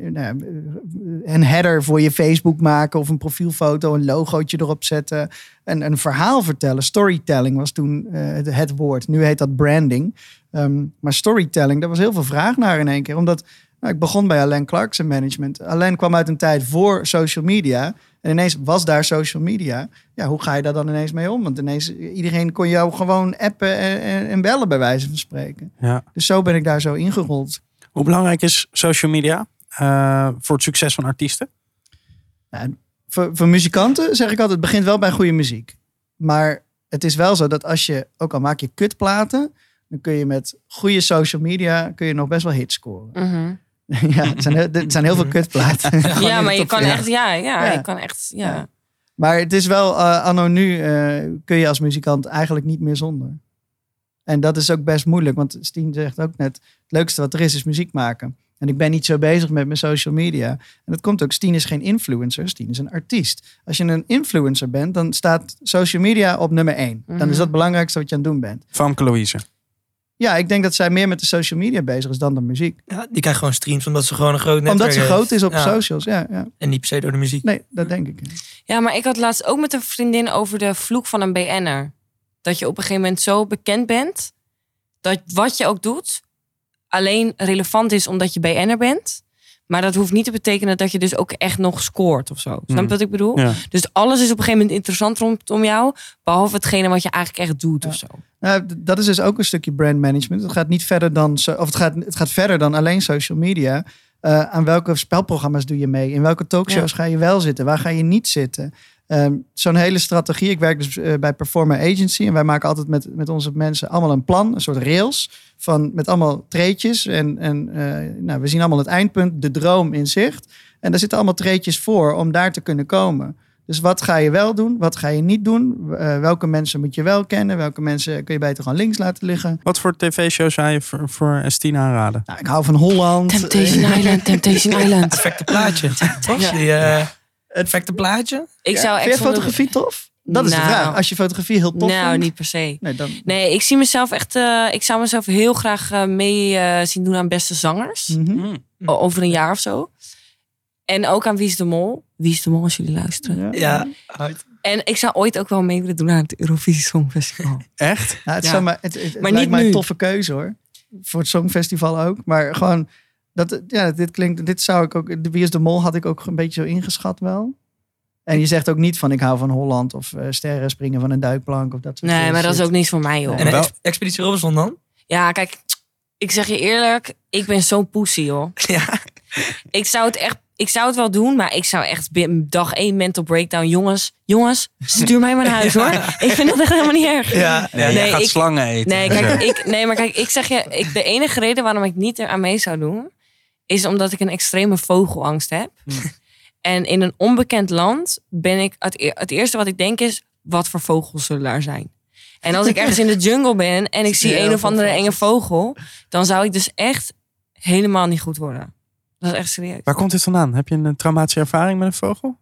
I: een header voor je Facebook maken of een profielfoto, een logootje erop zetten en een verhaal vertellen. Storytelling was toen het woord. Nu heet dat branding. Maar storytelling, daar was heel veel vraag naar in één keer. Omdat ik begon bij Alain Clarkson Management. Alain kwam uit een tijd voor social media. En ineens was daar social media. Ja, hoe ga je daar dan ineens mee om? Want ineens, iedereen kon jou gewoon appen en bellen bij wijze van spreken.
A: Ja.
I: Dus zo ben ik daar zo ingerold.
A: Hoe belangrijk is social media voor het succes van artiesten?
I: Nou, voor muzikanten zeg ik altijd, het begint wel bij goede muziek. Maar het is wel zo dat als je, ook al maak je kutplaten, dan kun je met goede social media nog best wel hits scoren.
D: Mhm.
I: Ja, er zijn heel veel kutplaten.
D: Ja, maar je kan echt,
I: Ja.
D: je kan echt, ja.
I: Maar het is wel, anno nu kun je als muzikant eigenlijk niet meer zonder. En dat is ook best moeilijk, want Stien zegt ook net, het leukste wat er is muziek maken. En ik ben niet zo bezig met mijn social media. En dat komt ook, Stien is geen influencer, Stien is een artiest. Als je een influencer bent, dan staat social media op nummer 1. Dan is dat het belangrijkste wat je aan het doen bent.
A: Famke Louise.
I: Ja, ik denk dat zij meer met de social media bezig is dan de muziek.
C: Ja, die krijgt gewoon streams omdat ze gewoon een groot netwerk
I: Omdat ze groot
C: heeft.
I: is op
C: Ja.
I: socials, ja.
C: En niet per se door de muziek.
I: Nee, dat denk ik.
D: Ja, maar ik had laatst ook met een vriendin over de vloek van een BN'er. Dat je op een gegeven moment zo bekend bent, dat wat je ook doet, alleen relevant is omdat je BN'er bent. Maar dat hoeft niet te betekenen dat je dus ook echt nog scoort of zo. Snap je wat ik bedoel?
A: Ja.
D: Dus alles is op een gegeven moment interessant rondom jou. Behalve hetgene wat je eigenlijk echt doet of zo.
I: Nou, dat is dus ook een stukje brandmanagement. Het gaat niet verder dan, het gaat verder dan alleen social media. Aan welke spelprogramma's doe je mee? In welke talkshows ga je wel zitten? Waar ga je niet zitten? Zo'n hele strategie. Ik werk dus bij Performer Agency. En wij maken altijd met onze mensen allemaal een plan. Een soort rails. Met allemaal treetjes. En we zien allemaal het eindpunt. De droom in zicht. En daar zitten allemaal treetjes voor om daar te kunnen komen. Dus wat ga je wel doen? Wat ga je niet doen? Welke mensen moet je wel kennen? Welke mensen kun je beter gewoon links laten liggen?
A: Wat voor tv-show zou je voor Estine aanraden?
I: Nou, ik hou van Holland.
D: Temptation Island.
C: Perfecte plaatje. Toch?
D: Ja.
C: Die perfecte plaatje.
D: Ik zou
I: Vind je fotografie tof? Dat is de vraag. Als je fotografie heel tof
D: Nou,
I: vindt.
D: niet per se.
I: Nee,
D: ik zie mezelf echt... ik zou mezelf heel graag mee zien doen aan Beste Zangers. Over een jaar of zo. En ook aan Wie is de Mol. Wie is de Mol als jullie luisteren.
C: Ja, uit.
D: En ik zou ooit ook wel mee willen doen aan het Eurovisie Songfestival.
A: Echt?
I: Nou, het
D: Maar
I: lijkt
D: niet
I: mij
D: nu.
I: een toffe keuze hoor. Voor het Songfestival ook. Maar gewoon, dit zou ik ook... Wie is de Mol had ik ook een beetje zo ingeschat wel. En je zegt ook niet van ik hou van Holland of sterren springen van een duikplank of dat soort
D: Nee, maar dat is ook niks voor mij, joh.
C: En Expeditie Robinson dan?
D: Ja, kijk, ik zeg je eerlijk, ik ben zo'n pussy, joh.
C: Ja.
D: Ik zou het wel doen, maar ik zou echt dag 1 mental breakdown. Jongens, stuur mij maar naar huis, hoor. Ik vind dat echt helemaal niet erg.
C: Ja.
A: Je gaat slangen eten.
D: Maar kijk, ik zeg je, de enige reden waarom ik niet eraan mee zou doen, is omdat ik een extreme vogelangst heb. En in een onbekend land ben ik, het eerste wat ik denk is, wat voor vogels zullen daar zijn? En als ik ergens in de jungle ben en ik zie een of andere enge vogel, dan zou ik dus echt helemaal niet goed worden. Dat is echt serieus.
A: Waar komt dit vandaan? Heb je een traumatische ervaring met een vogel?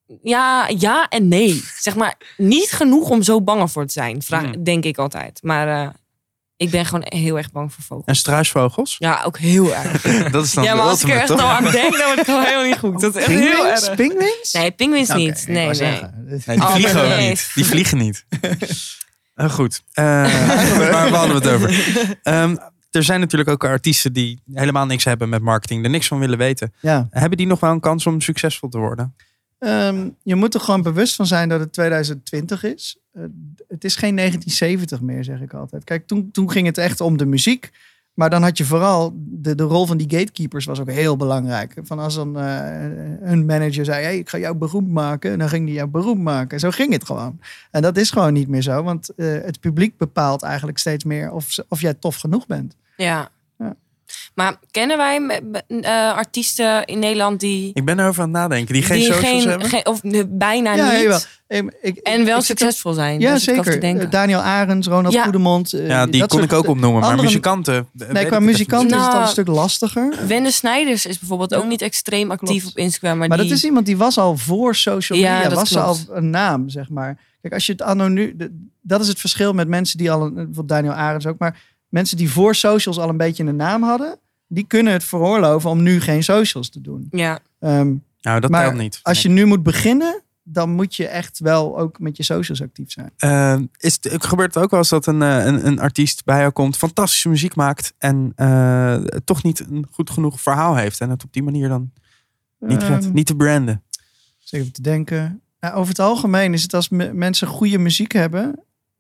D: Ja en nee. Zeg maar, niet genoeg om zo bang voor te zijn. Denk ik altijd. Maar ik ben gewoon heel erg bang voor vogels.
A: En struisvogels?
D: Ja, ook heel erg.
A: Dat is dan
D: Ja, maar als ik er echt
A: toch?
D: al aan denk, dan wordt het gewoon heel niet goed. Dat is echt heel erg.
I: Pinguïns?
D: Nee, pinguïns
I: Oké,
D: niet.
I: ik
D: Nee.
I: wou zeggen.
A: Nee, die
D: Oh,
A: vliegen
D: maar
A: ook
D: nee.
A: niet. Die vliegen niet. Goed. Waar hadden we het over? Er zijn natuurlijk ook artiesten die helemaal niks hebben met marketing. Er niks van willen weten.
I: Ja.
A: Hebben die nog wel een kans om succesvol te worden?
I: Je moet er gewoon bewust van zijn dat het 2020 is. Het is geen 1970 meer, zeg ik altijd. Kijk, toen ging het echt om de muziek. Maar dan had je vooral de rol van die gatekeepers was ook heel belangrijk. Van als dan een manager zei, hey, ik ga jou beroemd maken. En dan ging die jou beroemd maken. Zo ging het gewoon. En dat is gewoon niet meer zo. Want het publiek bepaalt eigenlijk steeds meer of jij tof genoeg bent.
D: Ja. Maar kennen wij artiesten in Nederland die...
A: Ik ben erover aan het nadenken. Die geen socials hebben?
D: Of bijna
I: Ja,
D: niet.
I: jawel.
D: En wel succesvol zijn.
I: Ja,
D: dus ik kan te
I: zeker.
D: denken.
I: Daniel Arends, Ronald Goedemond.
A: Ja, die
I: dat
A: kon
I: soort-
A: ik ook opnoemen. Maar
I: andere-
A: muzikanten...
I: Nee, qua muzikanten is het al
D: Nou,
I: een stuk lastiger.
D: Wende Snijders is bijvoorbeeld ook niet extreem actief
I: Klopt.
D: op Instagram. Maar
I: Maar
D: die...
I: dat is iemand die was al voor social
D: Ja,
I: media.
D: dat
I: Was ze al
D: klopt.
I: een naam, zeg maar. Kijk, als je het anonu... Dat is het verschil met mensen die al... Bijvoorbeeld Daniel Arends ook. Maar mensen die voor socials al een beetje een naam hadden... Die kunnen het veroorloven om nu geen socials te doen.
D: Ja.
A: Nou, dat
I: maar
A: telt niet.
I: Als je nu moet beginnen... Dan moet je echt wel ook met je socials actief zijn.
A: Gebeurt het ook wel eens dat een artiest bij jou komt, fantastische muziek maakt en toch niet een goed genoeg verhaal heeft en het op die manier dan niet redt, niet te branden?
I: Zeg even te denken. Nou, over het algemeen is het als mensen goede muziek hebben.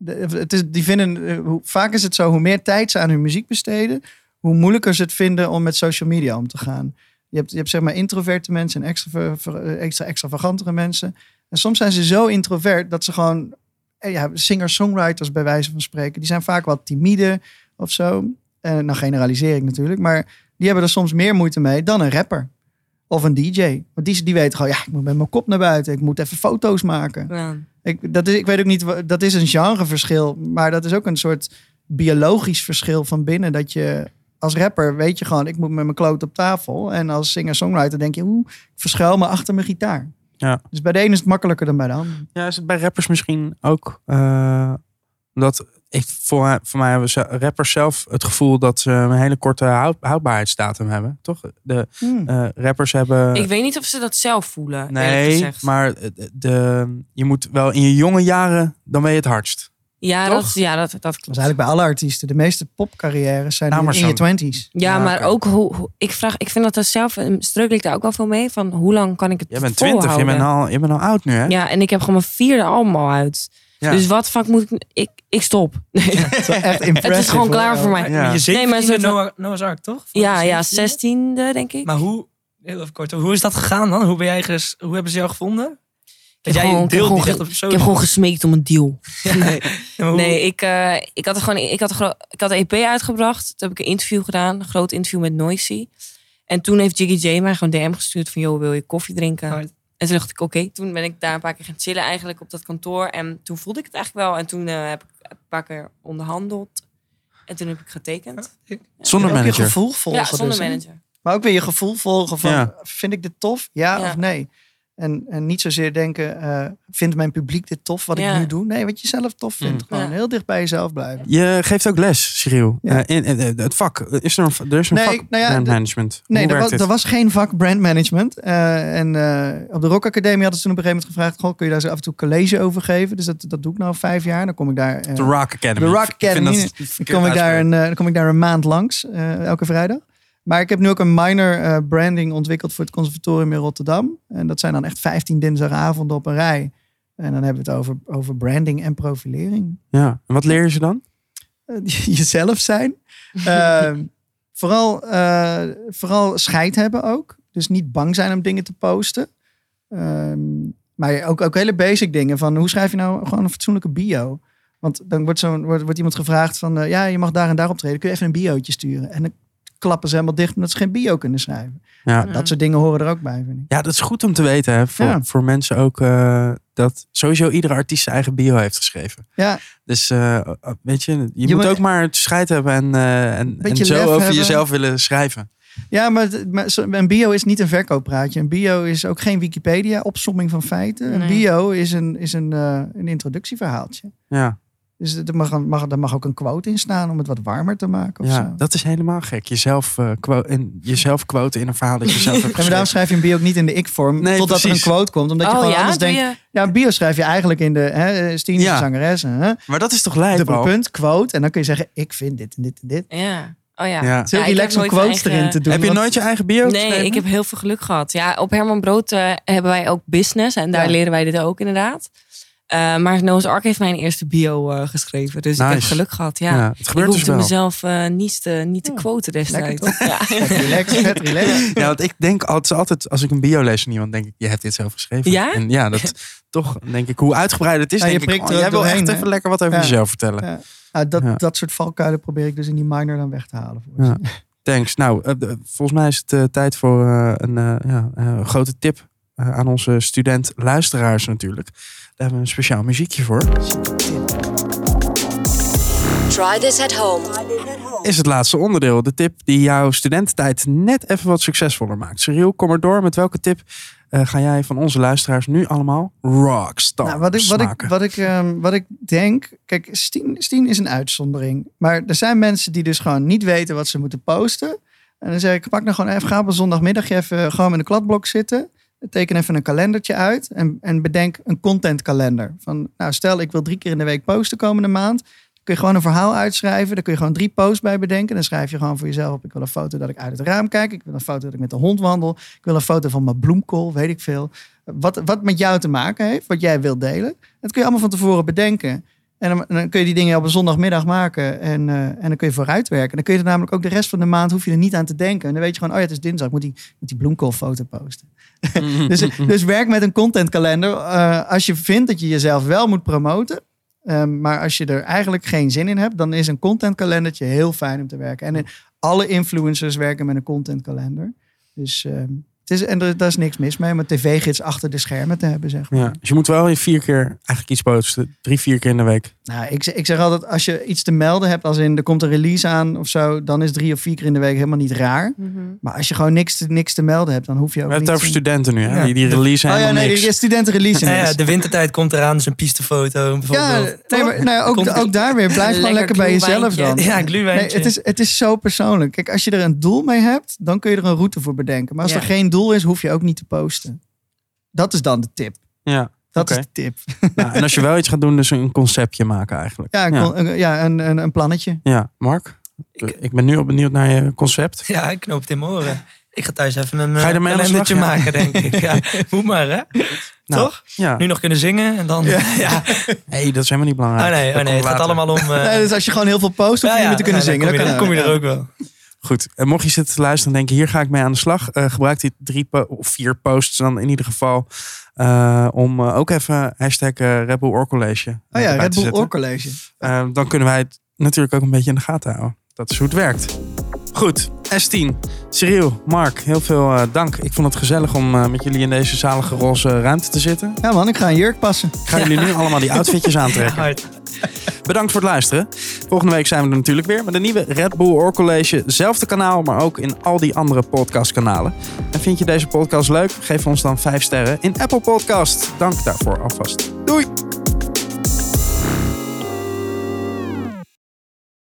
I: Vaak is het zo, hoe meer tijd ze aan hun muziek besteden, hoe moeilijker ze het vinden om met social media om te gaan. Je hebt zeg maar introverte mensen en extravagantere mensen. En soms zijn ze zo introvert dat ze gewoon singer-songwriters bij wijze van spreken. Die zijn vaak wat timide of zo. En nou generaliseer ik natuurlijk. Maar die hebben er soms meer moeite mee dan een rapper. Of een DJ. Want die weten gewoon, ja, ik moet met mijn kop naar buiten. Ik moet even foto's maken.
D: Ja.
I: Ik weet ook niet, dat is een genreverschil. Maar dat is ook een soort biologisch verschil van binnen. Dat je als rapper weet je gewoon, ik moet met mijn kloot op tafel. En als singer-songwriter denk je, ik verschuil me achter mijn gitaar.
A: Ja.
I: Dus bij de een is het makkelijker dan bij de ander.
A: Ja, is het bij rappers misschien ook dat voor mij hebben rappers zelf het gevoel dat ze een hele korte houdbaarheidsdatum hebben, toch? De rappers hebben.
D: Ik weet niet of ze dat zelf voelen. eerlijk
A: Nee,
D: gezegd.
A: maar je moet wel in je jonge jaren, dan ben je het hardst.
D: Ja,
A: Toch?
D: dat klopt.
I: Dat is eigenlijk bij alle artiesten. De meeste popcarrières zijn
A: Nou, maar
I: in je
A: zo-
I: 20's.
D: Ja, maar
A: oké.
D: ook ik vind dat zelf, struggle ik daar ook wel veel mee. Van hoe lang kan ik het
A: Jij bent 20,
D: volhouden?
A: je bent al oud nu, hè?
D: Ja, en ik heb gewoon mijn 4e album al uit.
A: Ja.
D: Dus wat fuck moet ik stop.
I: Dat is wel echt impressive.
D: Het is gewoon
I: hoor.
D: klaar voor mij.
A: Ja.
C: Je 17e
D: Nee, maar zo-
C: Noah's Ark, toch? Van
D: Ja,
C: je 17e?
D: 16e denk ik.
C: Maar heel even kort, hoe is dat gegaan dan? Hoe hebben ze jou gevonden?
D: Ik heb
C: jij
D: gewoon- ik heb
C: deelt
D: gewoon
C: niet echt
D: ge-
C: op
D: Ik
C: social.
D: heb gewoon gesmeekt om een deal. Nee,
C: Ja, maar hoe-
D: nee ik had een EP uitgebracht. Toen heb ik een interview gedaan. Een groot interview met Noisy. En toen heeft Jiggy J mij gewoon DM gestuurd van... Yo, wil je koffie drinken?
C: Hard.
D: En toen dacht ik, oké. Toen ben ik daar een paar keer gaan chillen eigenlijk op dat kantoor. En toen voelde ik het eigenlijk wel. En toen heb ik een paar keer onderhandeld. En toen heb ik getekend.
A: Zonder
I: Ook je
A: manager.
I: gevoel volgen.
D: Ja, zonder
I: dus, hè?
D: manager.
I: Maar ook weer je gevoel volgen van,
A: Ja.
I: vind ik dit tof? Ja,
D: Ja.
I: of nee? En niet zozeer denken, vindt mijn publiek dit tof wat
D: Ja.
I: ik nu doe? Nee, wat je zelf tof vindt. Gewoon
D: Ja.
I: heel dicht bij jezelf blijven.
A: Je geeft ook les, Cyril.
I: Ja.
A: In het vak. Er is een
I: Nee,
A: vak
I: nou ja,
A: brandmanagement.
I: Nee,
A: Hoe werkt
I: er
A: dit?
I: was geen vak brandmanagement. Op de Rock Academie hadden ze toen op een gegeven moment gevraagd... Goh, kun je daar zo af en toe college over geven? Dus dat doe ik nou 5 jaar. Dan kom ik daar...
A: The Rock Academy.
I: The Rock
A: Ik vind
I: Academy.
A: dat
I: Dan
A: verkeerd
I: kom ik daar een maand langs, elke vrijdag. Maar ik heb nu ook een minor branding ontwikkeld voor het conservatorium in Rotterdam. En dat zijn dan echt 15 dinsdagavonden op een rij. En dan hebben we het over branding en profilering.
A: Ja. En wat leer je ze dan?
I: Jezelf zijn. Vooral scheid hebben ook. Dus niet bang zijn om dingen te posten. Maar ook hele basic dingen. Van hoe schrijf je nou gewoon een fatsoenlijke bio? Want dan wordt iemand gevraagd van... ja, je mag daar en daar optreden. Kun je even een biootje sturen? En dan klappen ze helemaal dicht omdat ze geen bio kunnen schrijven.
A: Ja.
I: Dat soort dingen horen er ook bij, vind ik.
A: Ja, dat is goed om te weten. Hè? Voor mensen ook dat sowieso iedere artiest zijn eigen bio heeft geschreven.
I: Ja.
A: Dus weet je moet
I: moet
A: ook maar het scheid hebben en
I: Beetje
A: zo
I: lef
A: over
I: hebben.
A: jezelf willen schrijven.
I: Ja, maar een bio is niet een verkooppraatje. Een bio is ook geen Wikipedia, opsomming van feiten. Een
D: Nee.
I: bio is een introductieverhaaltje.
A: Ja,
I: Dus er mag ook een quote in staan om het wat warmer te maken. Of
A: ja
I: zo.
A: dat is helemaal gek. Jezelf quoten in een verhaal dat je zelf hebt
I: En daarom
A: geschreven.
I: schrijf je een bio ook niet in de ik-vorm.
A: Nee,
I: totdat er
A: precies.
I: een quote komt. Omdat je gewoon anders
D: doe
I: denkt...
D: je?
I: Ja, een bio schrijf je eigenlijk in de... Stien is
A: Ja.
I: de zangeres. Hè?
A: Maar dat is toch lijp,
I: Dubbele
A: Paul?
I: punt, quote. En dan kun je zeggen, ik vind dit en dit en dit.
D: Ja. Oh ja.
A: Ja.
I: Het is heel
D: Ja, ik
I: relaxed
D: heb
I: om
D: nooit
I: quotes
D: mijn eigen-
I: erin te doen.
A: Heb je
I: want-
A: nooit je eigen bio
D: Nee,
A: geschreven?
D: ik heb heel veel geluk gehad. Ja, op Herman Brood hebben wij ook business. En daar
I: Ja.
D: leren wij dit ook inderdaad. Maar Noah's Ark heeft mijn eerste bio geschreven. Dus ik heb
A: Nice.
D: geluk gehad. Ja.
A: Ja, het
D: Ik
A: gebeurt dus
D: hoefde
A: wel.
D: mezelf niet te quoten destijds.
I: Lekker,
D: Ja.
I: Vet relaxed.
A: Ja, want ik denk altijd, als ik een bio lees van iemand, denk ik, je hebt dit zelf geschreven.
D: Ja?
A: En ja, dat toch, denk ik, hoe uitgebreid het is,
I: Ja, je
A: denk ik,
I: prikt er ook
A: jij wil
I: doorheen,
A: echt
I: hè?
A: even lekker wat over
I: Ja.
A: jezelf vertellen.
I: Ja.
A: Ja.
I: Dat soort valkuilen probeer ik dus in die minor dan weg te halen. Voor
A: Ja. Thanks. Nou, volgens mij is het tijd voor een grote tip aan onze student-luisteraars natuurlijk. Daar hebben we een speciaal muziekje voor.
F: Try this at home.
A: Is het laatste onderdeel. De tip die jouw studententijd net even wat succesvoller maakt. Cyril, kom maar door. Met welke tip ga jij van onze luisteraars nu allemaal rockstar
I: Nou,
A: maken?
I: wat ik denk... Kijk, Stien is een uitzondering. Maar er zijn mensen die dus gewoon niet weten wat ze moeten posten. En dan zeg ik, pak nou gewoon even, ga op een zondagmiddagje even gewoon in de kladblok zitten. Teken even een kalendertje uit. En bedenk een contentkalender. Van, nou, stel ik wil 3 keer in de week posten komende maand. Dan kun je gewoon een verhaal uitschrijven. Daar kun je gewoon 3 posts bij bedenken. Dan schrijf je gewoon voor jezelf op. Ik wil een foto dat ik uit het raam kijk. Ik wil een foto dat ik met de hond wandel. Ik wil een foto van mijn bloemkool, weet ik veel. Wat met jou te maken heeft, wat jij wilt delen. Dat kun je allemaal van tevoren bedenken. En dan kun je die dingen op een zondagmiddag maken. En dan kun je vooruit werken. Dan kun je er namelijk ook de rest van de maand hoef je er niet aan te denken. En dan weet je gewoon, oh ja, het is dinsdag. Ik moet die bloemkoolfoto posten. Dus werk met een contentkalender. Als je vindt dat je jezelf wel moet promoten. Maar als je er eigenlijk geen zin in hebt, dan is een contentkalendertje heel fijn om te werken. En alle influencers werken met een contentkalender. Dus daar is niks mis mee om een tv-gids achter de schermen te hebben, zeg maar.
A: Ja, dus je moet wel 4 keer eigenlijk iets posten. 3-4 keer in de week.
I: Nou, ik zeg altijd, als je iets te melden hebt, als in er komt een release aan of zo, dan is 3 of 4 keer in de week helemaal niet raar. Maar als je gewoon niks te melden hebt, dan hoef je ook
A: We hebben
I: niet...
A: het over studenten nu, hè?
I: Ja.
A: Die release
I: Oh ja,
A: helemaal
I: nee,
A: niks.
I: de studentenrelease.
C: Ja, de wintertijd komt eraan, dus een pistefoto bijvoorbeeld.
I: Ja, nee, maar, nou ja, ook daar weer. Blijf gewoon lekker bij jezelf dan.
C: Ja, glühweintje.
I: Nee, het is zo persoonlijk. Kijk, als je er een doel mee hebt, dan kun je er een route voor bedenken. Maar als
D: Ja.
I: er geen doel is, hoef je ook niet te posten. Dat is dan de tip.
A: Ja.
I: Dat
A: Oké.
I: is de tip.
A: Nou, en als je wel iets gaat doen, dus een conceptje maken eigenlijk.
I: Ja, een plannetje.
A: Ja, Mark? Ik ben nu al benieuwd naar je concept.
C: Ja, ik knoop het in mijn oren. Ik ga thuis even een
A: Ga je ermee aan de slag?
C: kalendertje
A: Ja.
C: maken, denk ik. Ja, moet maar, hè?
A: Nou,
C: Toch?
A: Ja.
C: Nu nog kunnen zingen en dan... Ja.
A: Nee, dat is helemaal niet belangrijk.
C: Oh nee,
A: Dat
C: het
A: komt
C: gaat
A: later.
C: allemaal om...
I: Nee, dus als je gewoon heel veel post, hoef je niet meer te kunnen zingen.
C: Dan kom je er ook wel.
A: Goed, en mocht je zitten te luisteren en denken, hier ga ik mee aan de slag. Gebruik die 3 of 4 posts dan in ieder geval. Om ook even hashtag Red Bull Oor College
I: Oh ja,
A: erbij
I: Red
A: te
I: Bull
A: zetten.
I: Oor College.
A: Dan kunnen wij het natuurlijk ook een beetje in de gaten houden. Dat is hoe het werkt. Goed, S10, Cyril, Mark, heel veel dank. Ik vond het gezellig om met jullie in deze zalige roze ruimte te zitten.
I: Ja man, ik ga een jurk passen.
A: Ik ga jullie nu allemaal die outfitjes aantrekken. Bedankt voor het luisteren. Volgende week zijn we er natuurlijk weer met een nieuwe Red Bull Oor College. Zelfde kanaal, maar ook in al die andere podcastkanalen. En vind je deze podcast leuk? Geef ons dan 5 sterren in Apple Podcast. Dank daarvoor alvast. Doei!